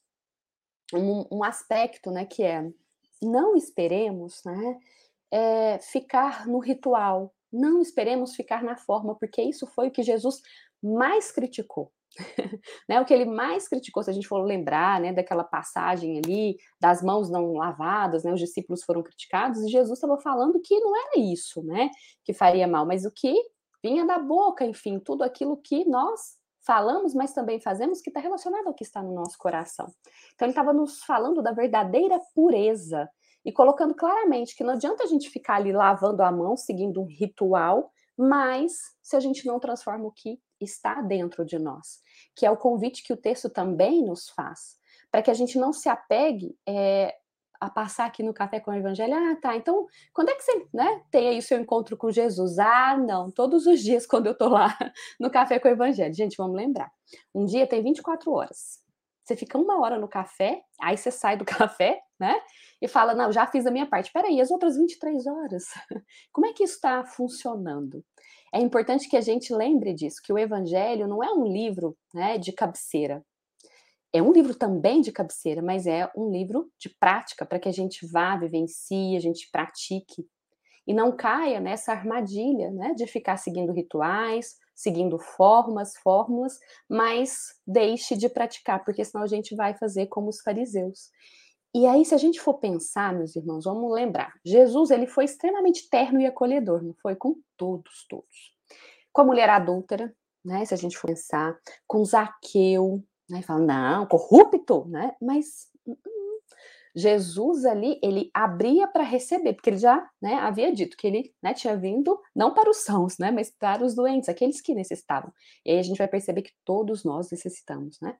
um, um aspecto, né, que é, não esperemos, né, é, ficar no ritual, não esperemos ficar na forma, porque isso foi o que Jesus mais criticou. Né, o que ele mais criticou, se a gente for lembrar, né, daquela passagem ali, das mãos não lavadas, né, os discípulos foram criticados, e Jesus estava falando que não era isso, né, que faria mal, mas o que vinha da boca, enfim, tudo aquilo que nós falamos, mas também fazemos, que está relacionado ao que está no nosso coração. Então ele estava nos falando da verdadeira pureza, e colocando claramente que não adianta a gente ficar ali lavando a mão, seguindo um ritual, mas se a gente não transforma o que está dentro de nós, que é o convite que o texto também nos faz, para que a gente não se apegue é, a passar aqui no Café com o Evangelho. Ah, tá, então, quando é que você, né, tem aí o seu encontro com Jesus? Ah, não, todos os dias quando eu tô lá no Café com o Evangelho. Gente, vamos lembrar, um dia tem vinte e quatro horas. Você fica uma hora no café, aí você sai do café, né, e fala, não, já fiz a minha parte. Peraí, as outras vinte e três horas? Como é que isso está funcionando? É importante que a gente lembre disso, que o Evangelho não é um livro, né, de cabeceira. É um livro também de cabeceira, mas é um livro de prática, para que a gente vá, vivencie, a gente pratique. E não caia nessa armadilha, né, de ficar seguindo rituais, seguindo formas, fórmulas, mas deixe de praticar, porque senão a gente vai fazer como os fariseus. E aí, se a gente for pensar, meus irmãos, vamos lembrar, Jesus, ele foi extremamente terno e acolhedor, não foi? Com todos, todos. Com a mulher adúltera, né, se a gente for pensar, com Zaqueu, né, fala, não, corrupto, né, mas uh, uh, Jesus ali, ele abria para receber, porque ele já, né, havia dito que ele, né, tinha vindo não para os sãos, né, mas para os doentes, aqueles que necessitavam. E aí a gente vai perceber que todos nós necessitamos, né.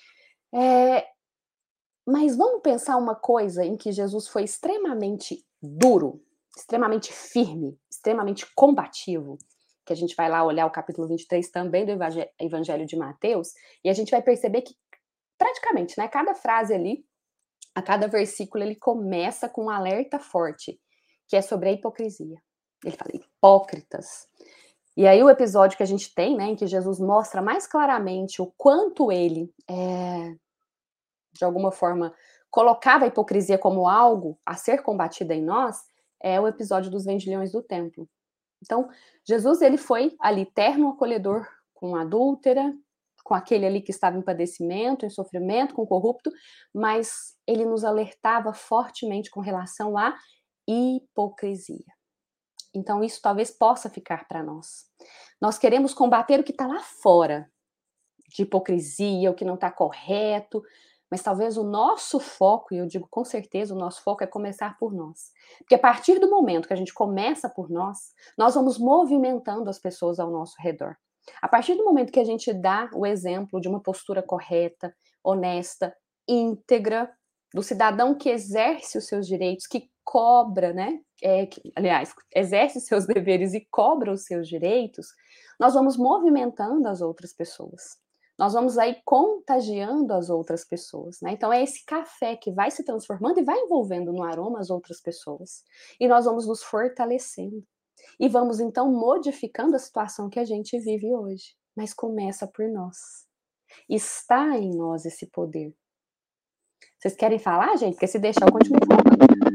É, mas vamos pensar uma coisa em que Jesus foi extremamente duro, extremamente firme, extremamente combativo, que a gente vai lá olhar o capítulo vinte e três também do Evangelho de Mateus, e a gente vai perceber que praticamente, né, cada frase ali, a cada versículo, ele começa com um alerta forte, que é sobre a hipocrisia. Ele fala, hipócritas. E aí o episódio que a gente tem, né, em que Jesus mostra mais claramente o quanto ele, é, de alguma forma, colocava a hipocrisia como algo a ser combatida em nós, é o episódio dos vendilhões do templo. Então, Jesus, ele foi ali terno acolhedor com a adúltera, com aquele ali que estava em padecimento, em sofrimento, com o corrupto, mas ele nos alertava fortemente com relação à hipocrisia. Então, isso talvez possa ficar para nós. Nós queremos combater o que está lá fora, de hipocrisia, o que não está correto, mas talvez o nosso foco, e eu digo com certeza, o nosso foco é começar por nós. Porque a partir do momento que a gente começa por nós, nós vamos movimentando as pessoas ao nosso redor. A partir do momento que a gente dá o exemplo de uma postura correta, honesta, íntegra, do cidadão que exerce os seus direitos, que cobra, né? É, que, aliás, exerce os seus deveres e cobra os seus direitos, nós vamos movimentando as outras pessoas. Nós vamos aí contagiando as outras pessoas, né? Então é esse café que vai se transformando e vai envolvendo no aroma as outras pessoas. E nós vamos nos fortalecendo. E vamos então modificando a situação que a gente vive hoje. Mas começa por nós. Está em nós esse poder. Vocês querem falar, gente? Porque se deixar eu continuo falando.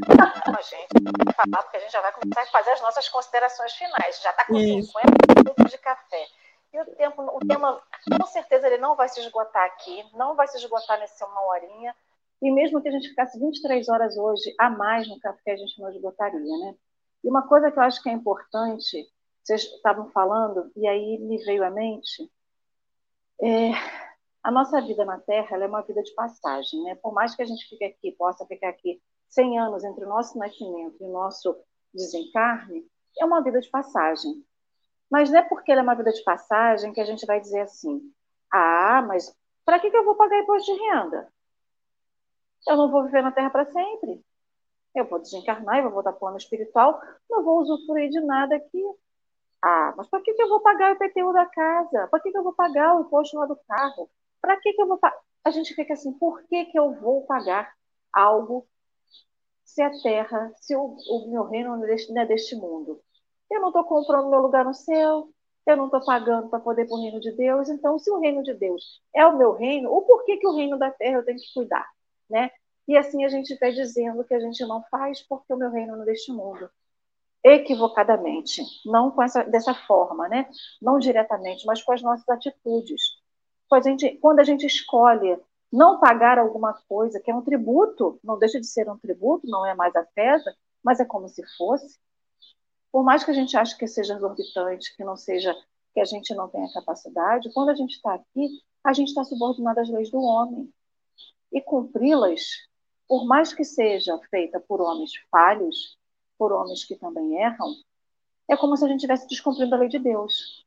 com a gente para falar, porque a gente já vai começar a fazer as nossas considerações finais. Já está com Isso. cinquenta minutos de café. E o tempo, o tema, com certeza, ele não vai se esgotar aqui, não vai se esgotar nessa uma horinha. E mesmo que a gente ficasse vinte e três horas hoje a mais no café, a gente não esgotaria, né? E uma coisa que eu acho que é importante, vocês estavam falando, e aí me veio à mente, é, a nossa vida na Terra ela é uma vida de passagem, né? Por mais que a gente fique aqui, possa ficar aqui cem anos entre o nosso nascimento e o nosso desencarne, é uma vida de passagem. Mas não é porque ela é uma vida de passagem que a gente vai dizer assim, ah, mas para que, que eu vou pagar imposto de renda? Eu não vou viver na Terra para sempre. Eu vou desencarnar e vou voltar para o plano espiritual, não vou usufruir de nada aqui. Ah, mas para que, que eu vou pagar o I P T U da casa? Para que, que eu vou pagar o imposto lá do carro? Para que, que eu vou pagar? A gente fica assim, por que, que eu vou pagar algo se a Terra, se o, o meu reino não é deste, não é deste mundo? Eu não estou comprando meu lugar no céu, eu não estou pagando para poder ir para o reino de Deus. Então, se o reino de Deus é o meu reino, o porquê que o reino da Terra eu tenho que cuidar, né? E assim a gente vai dizendo que a gente não faz porque o meu reino não é deste mundo. Equivocadamente, não com essa, dessa forma, né? Não diretamente, mas com as nossas atitudes. A gente, quando a gente escolhe não pagar alguma coisa, que é um tributo, não deixa de ser um tributo, não é mais a fesa, mas é como se fosse. Por mais que a gente ache que seja exorbitante, que não seja, que a gente não tenha capacidade, quando a gente está aqui, a gente está subordinado às leis do homem. E cumpri-las, por mais que seja feita por homens falhos, por homens que também erram, é como se a gente estivesse descumprindo a lei de Deus.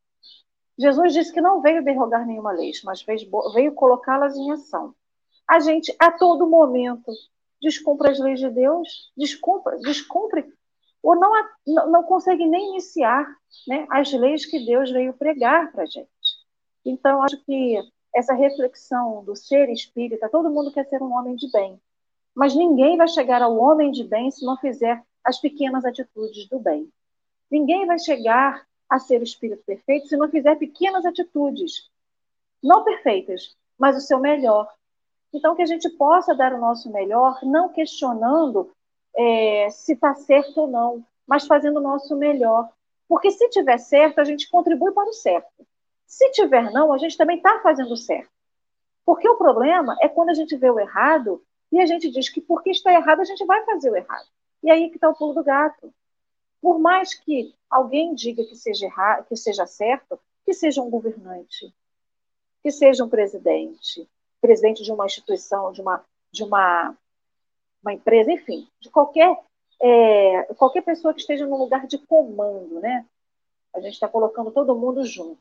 Jesus disse que não veio derrogar nenhuma lei, mas veio colocá-las em ação. A gente, a todo momento, descumpre as leis de Deus, descumpre, descumpre ou não, não, não consegue nem iniciar, né, as leis que Deus veio pregar para a gente. Então, acho que essa reflexão do ser espírita, todo mundo quer ser um homem de bem, mas ninguém vai chegar ao homem de bem se não fizer as pequenas atitudes do bem. Ninguém vai chegar a ser o espírito perfeito se não fizer pequenas atitudes, não perfeitas, mas o seu melhor. Então, que a gente possa dar o nosso melhor, não questionando é, se está certo ou não, mas fazendo o nosso melhor. Porque se tiver certo, a gente contribui para o certo. Se tiver não, a gente também está fazendo o certo. Porque o problema é quando a gente vê o errado e a gente diz que porque está errado, a gente vai fazer o errado. E aí que está o pulo do gato. Por mais que alguém diga que seja errado, que seja certo, que seja um governante, que seja um presidente, presidente de uma instituição, de uma, de uma, uma empresa, enfim, de qualquer, é, qualquer pessoa que esteja num lugar de comando, né? A gente está colocando todo mundo junto.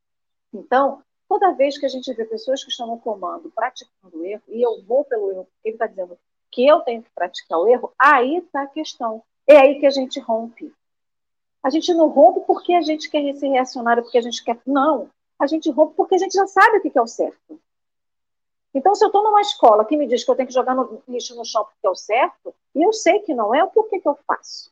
Então, toda vez que a gente vê pessoas que estão no comando praticando erro, e eu vou pelo erro, porque ele está dizendo que eu tenho que praticar o erro, aí está a questão. É aí que a gente rompe. A gente não rompe porque a gente quer ser reacionário, porque a gente quer... Não. A gente rompe porque a gente já sabe o que é o certo. Então, se eu estou numa escola que me diz que eu tenho que jogar no lixo no chão porque é o certo, e eu sei que não é, o porquê que eu faço?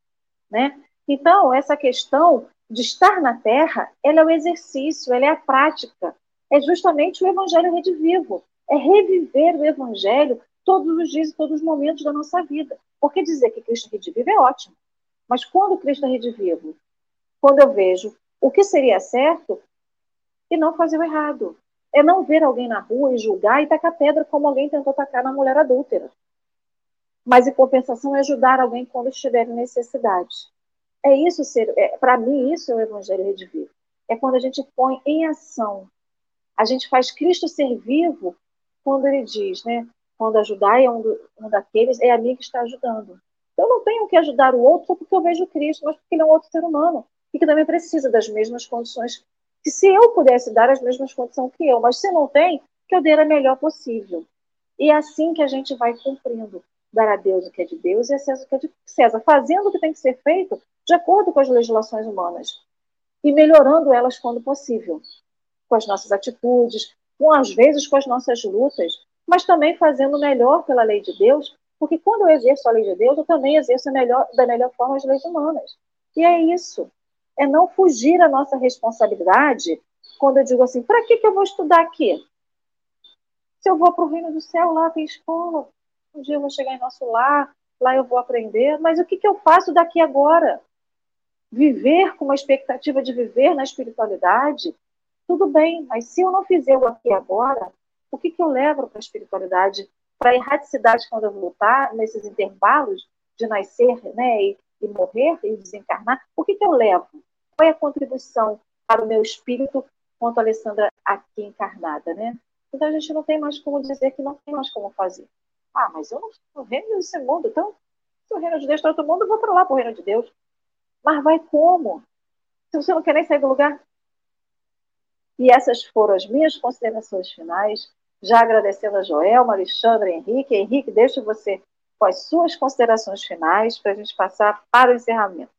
Né? Então, essa questão de estar na Terra, ela é o exercício, ela é a prática. É justamente o Evangelho redivivo. É reviver o Evangelho todos os dias e todos os momentos da nossa vida. Porque dizer que Cristo redivivo é ótimo. Mas quando Cristo é redivivo? Quando eu vejo o que seria certo e não fazer o errado. É não ver alguém na rua e julgar e tacar pedra como alguém tentou tacar na mulher adúltera. Mas, em compensação, é ajudar alguém quando estiver em necessidade. É isso ser, é, para mim, isso é o Evangelho redivivo. É quando a gente põe em ação. A gente faz Cristo ser vivo quando ele diz, né? Quando ajudar é um, do, um daqueles, é a mim que está ajudando. Eu não tenho que ajudar o outro só porque eu vejo Cristo, mas porque ele é um outro ser humano e que também precisa das mesmas condições. Que se eu pudesse dar as mesmas condições que eu, mas se não tem, que eu dê a melhor possível. E é assim que a gente vai cumprindo. Dar a Deus o que é de Deus e a César o que é de César, fazendo o que tem que ser feito de acordo com as legislações humanas e melhorando elas quando possível, com as nossas atitudes, com às vezes com as nossas lutas, mas também fazendo melhor pela lei de Deus, porque quando eu exerço a lei de Deus, eu também exerço a melhor, da melhor forma as leis humanas. E é isso, é não fugir à nossa responsabilidade quando eu digo assim, para que, que eu vou estudar aqui? Se eu vou para o reino do céu, lá tem escola, um dia eu vou chegar em nosso lar, lá eu vou aprender, mas o que, que eu faço daqui agora? Viver com uma expectativa de viver na espiritualidade, tudo bem, mas se eu não fizer o aqui e agora, o que, que eu levo para a espiritualidade? Para a erraticidade quando eu voltar, nesses intervalos de nascer, né, e, e morrer e desencarnar, o que, que eu levo? Qual é a contribuição para o meu espírito quanto a Alessandra aqui encarnada, né? Então a gente não tem mais como dizer que não tem mais como fazer. Ah, mas eu não sou o reino desse mundo, então se o reino de Deus está todo mundo, eu vou para lá para o reino de Deus. Mas vai como? Se você não quer nem sair do lugar? E essas foram as minhas considerações finais, já agradecendo a Joelma, Alexandre, Henrique. Henrique, deixo você com as suas considerações finais para a gente passar para o encerramento.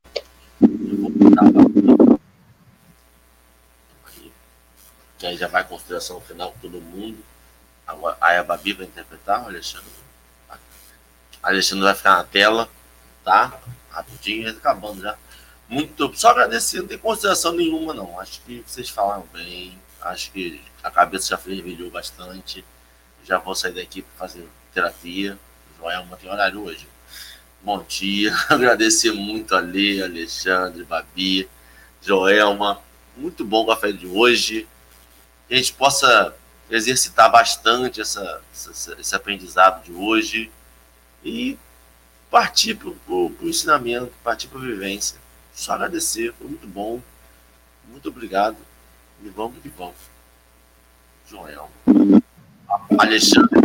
Que aí já vai a consideração final com todo mundo. Agora, aí a Babi vai interpretar, o Alexandre. A Alexandre vai ficar na tela, tá? Rapidinho, acabando já. Muito, só agradecer, não tem consideração nenhuma, não. Acho que vocês falaram bem. Acho que a cabeça já fervilhou bastante. Já vou sair daqui para fazer terapia. O Joelma tem horário hoje. Bom dia. Agradecer muito a Lê, Alexandre, Babi, Joelma. Muito bom o café de hoje. Que a gente possa exercitar bastante essa, essa, esse aprendizado de hoje e partir para o ensinamento, partir para a vivência. Só agradecer, foi muito bom. Muito obrigado. E vamos que vamos. Joel. Alexandre.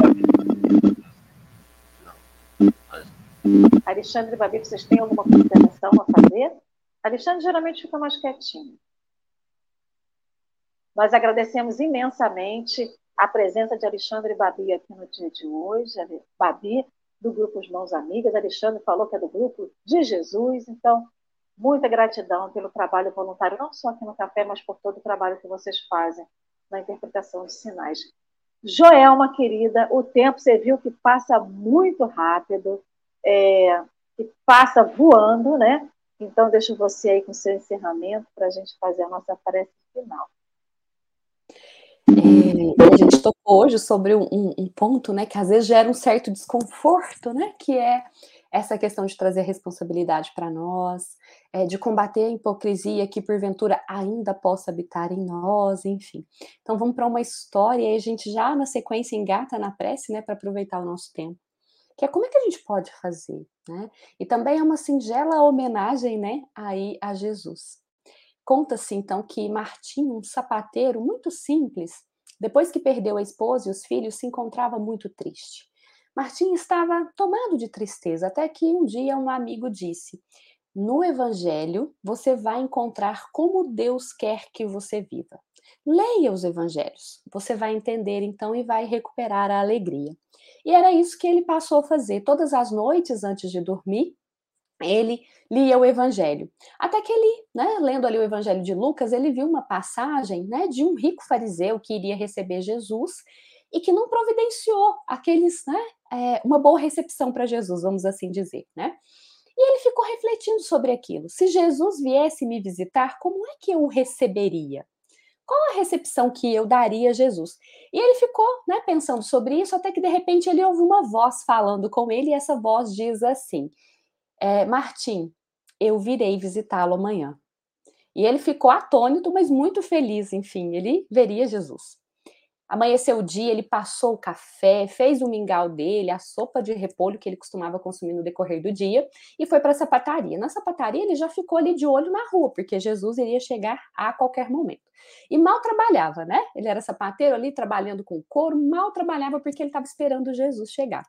Não. Alexandre e Babi, vocês têm alguma consideração a fazer? Alexandre geralmente fica mais quietinho. Nós agradecemos imensamente a presença de Alexandre e Babi aqui no dia de hoje. Babi, do grupo Os Mãos Amigas. Alexandre falou que é do grupo de Jesus. Então, muita gratidão pelo trabalho voluntário, não só aqui no café, mas por todo o trabalho que vocês fazem na interpretação de sinais. Joelma, querida, o tempo você viu que passa muito rápido, é, que passa voando, né? Então, deixo você aí com o seu encerramento para a gente fazer a nossa prece final. É, a gente tocou hoje sobre um, um ponto, né, que às vezes gera um certo desconforto, né, que é essa questão de trazer responsabilidade para nós, é, de combater a hipocrisia que porventura ainda possa habitar em nós, enfim. Então vamos para uma história e a gente já na sequência engata na prece, né, para aproveitar o nosso tempo. Que é como é que a gente pode fazer, né? E também é uma singela homenagem, né, aí a Jesus. Conta-se, então, que Martim, um sapateiro muito simples, depois que perdeu a esposa e os filhos, se encontrava muito triste. Martim estava tomado de tristeza, até que um dia um amigo disse: no Evangelho, você vai encontrar como Deus quer que você viva. Leia os Evangelhos, você vai entender, então, e vai recuperar a alegria. E era isso que ele passou a fazer. Todas as noites, antes de dormir, ele lia o Evangelho. Até que ele, né, lendo ali o Evangelho de Lucas, ele viu uma passagem, né, de um rico fariseu que iria receber Jesus e que não providenciou aqueles, né, é, uma boa recepção para Jesus, vamos assim dizer, né? E ele ficou refletindo sobre aquilo. Se Jesus viesse me visitar, como é que eu o receberia? Qual a recepção que eu daria a Jesus? E ele ficou, né, pensando sobre isso, até que de repente ele ouviu uma voz falando com ele, e essa voz diz assim: É, Martim, eu virei visitá-lo amanhã. E ele ficou atônito, mas muito feliz, enfim, ele veria Jesus. Amanheceu o dia, ele passou o café, fez o mingau dele, a sopa de repolho que ele costumava consumir no decorrer do dia, e foi para a sapataria. Na sapataria ele já ficou ali de olho na rua, porque Jesus iria chegar a qualquer momento. E mal trabalhava, né? Ele era sapateiro ali, trabalhando com couro, mal trabalhava porque ele estava esperando Jesus chegar.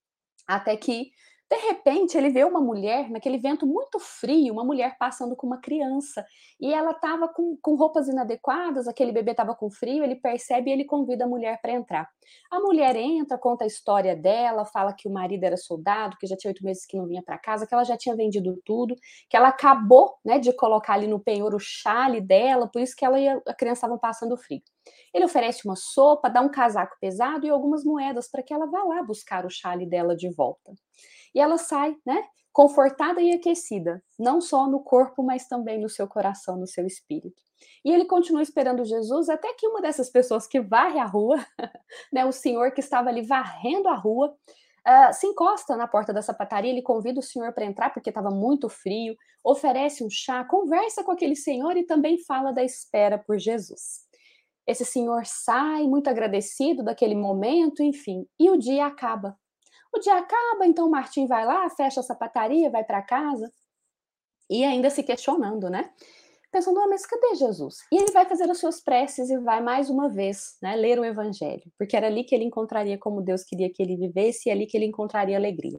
Até que, de repente, ele vê uma mulher, naquele vento muito frio, uma mulher passando com uma criança. E ela estava com, com roupas inadequadas, aquele bebê estava com frio, ele percebe e ele convida a mulher para entrar. A mulher entra, conta a história dela, fala que o marido era soldado, que já tinha oito meses que não vinha para casa, que ela já tinha vendido tudo, que ela acabou, né, de colocar ali no penhor o chale dela, por isso que ela e a criança estavam passando frio. Ele oferece uma sopa, dá um casaco pesado e algumas moedas para que ela vá lá buscar o chale dela de volta. E ela sai, né, confortada e aquecida, não só no corpo, mas também no seu coração, no seu espírito. E ele continua esperando Jesus até que uma dessas pessoas que varre a rua, né, o senhor que estava ali varrendo a rua, uh, se encosta na porta da sapataria, ele convida o senhor para entrar porque estava muito frio, oferece um chá, conversa com aquele senhor e também fala da espera por Jesus. Esse senhor sai muito agradecido daquele momento, enfim, e o dia acaba. O dia acaba, então Martim vai lá, fecha a sapataria, vai para casa e ainda se questionando, né? Pensando, ah, mas cadê Jesus? E ele vai fazer as suas preces e vai mais uma vez, né, ler o Evangelho, porque era ali que ele encontraria como Deus queria que ele vivesse e ali que ele encontraria alegria.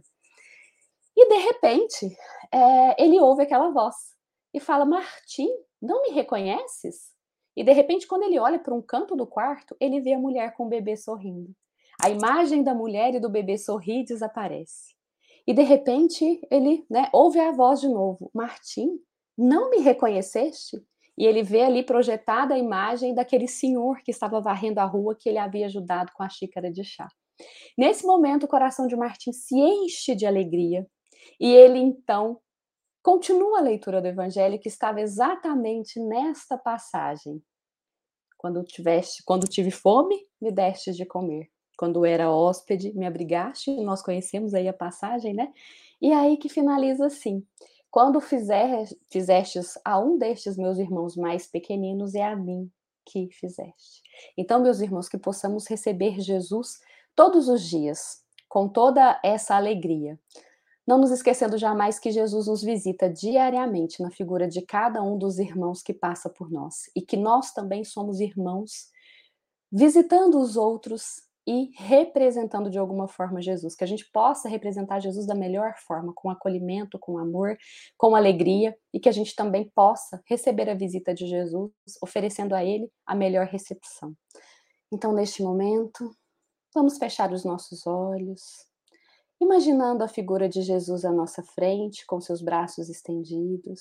E de repente, é, ele ouve aquela voz e fala, Martim, não me reconheces? E de repente, quando ele olha para um canto do quarto, ele vê a mulher com o bebê sorrindo. A imagem da mulher e do bebê sorrir e desaparece. E de repente, ele, né, ouve a voz de novo, Martim, não me reconheceste? E ele vê ali projetada a imagem daquele senhor que estava varrendo a rua que ele havia ajudado com a xícara de chá. Nesse momento, o coração de Martim se enche de alegria e ele, então, continua a leitura do Evangelho que estava exatamente nesta passagem. Quando, tiveste, quando tive fome, me deste de comer. Quando era hóspede, me abrigaste. Nós conhecemos aí a passagem, né? E aí que finaliza assim. Quando fizer, fizestes a um destes meus irmãos mais pequeninos, é a mim que fizeste. Então, meus irmãos, que possamos receber Jesus todos os dias, com toda essa alegria. Não nos esquecendo jamais que Jesus nos visita diariamente na figura de cada um dos irmãos que passa por nós. E que nós também somos irmãos, visitando os outros e representando de alguma forma Jesus, que a gente possa representar Jesus da melhor forma, com acolhimento, com amor, com alegria, e que a gente também possa receber a visita de Jesus, oferecendo a Ele a melhor recepção. Então, neste momento, vamos fechar os nossos olhos, imaginando a figura de Jesus à nossa frente, com seus braços estendidos,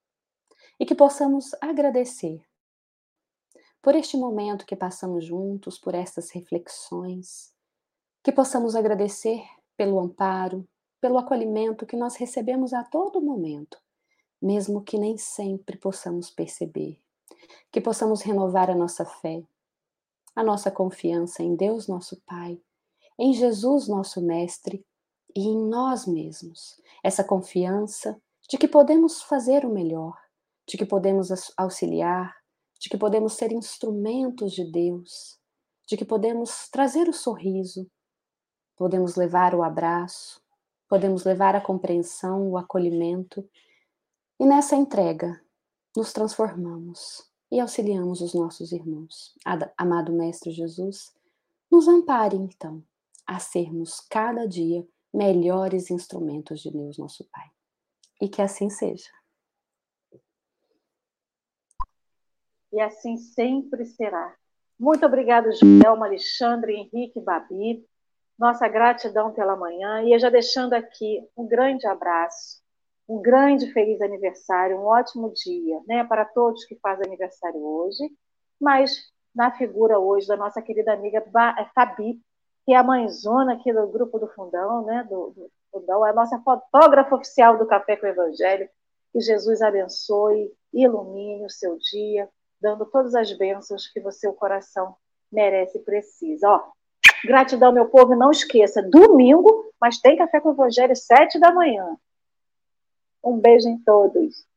e que possamos agradecer por este momento que passamos juntos, por estas reflexões, que possamos agradecer pelo amparo, pelo acolhimento que nós recebemos a todo momento, mesmo que nem sempre possamos perceber, que possamos renovar a nossa fé, a nossa confiança em Deus nosso Pai, em Jesus nosso Mestre e em nós mesmos, essa confiança de que podemos fazer o melhor, de que podemos auxiliar, de que podemos ser instrumentos de Deus, de que podemos trazer o sorriso, podemos levar o abraço, podemos levar a compreensão, o acolhimento, e nessa entrega nos transformamos e auxiliamos os nossos irmãos. Amado Mestre Jesus, nos ampare então a sermos cada dia melhores instrumentos de Deus nosso Pai. E que assim seja. E assim sempre será. Muito obrigada, Joelma, Alexandre, Henrique, Babi. Nossa gratidão pela manhã. E eu já deixando aqui um grande abraço, um grande feliz aniversário, um ótimo dia, né, para todos que fazem aniversário hoje, mas na figura hoje da nossa querida amiga Fabi, que é a mãezona aqui do grupo do Fundão, né, do, do Fundão, é a nossa fotógrafa oficial do Café com o Evangelho. Que Jesus abençoe, ilumine o seu dia, dando todas as bênçãos que o seu coração merece e precisa. Ó, gratidão, meu povo, não esqueça, domingo, mas tem Café com o Evangelho, sete da manhã. Um beijo em todos.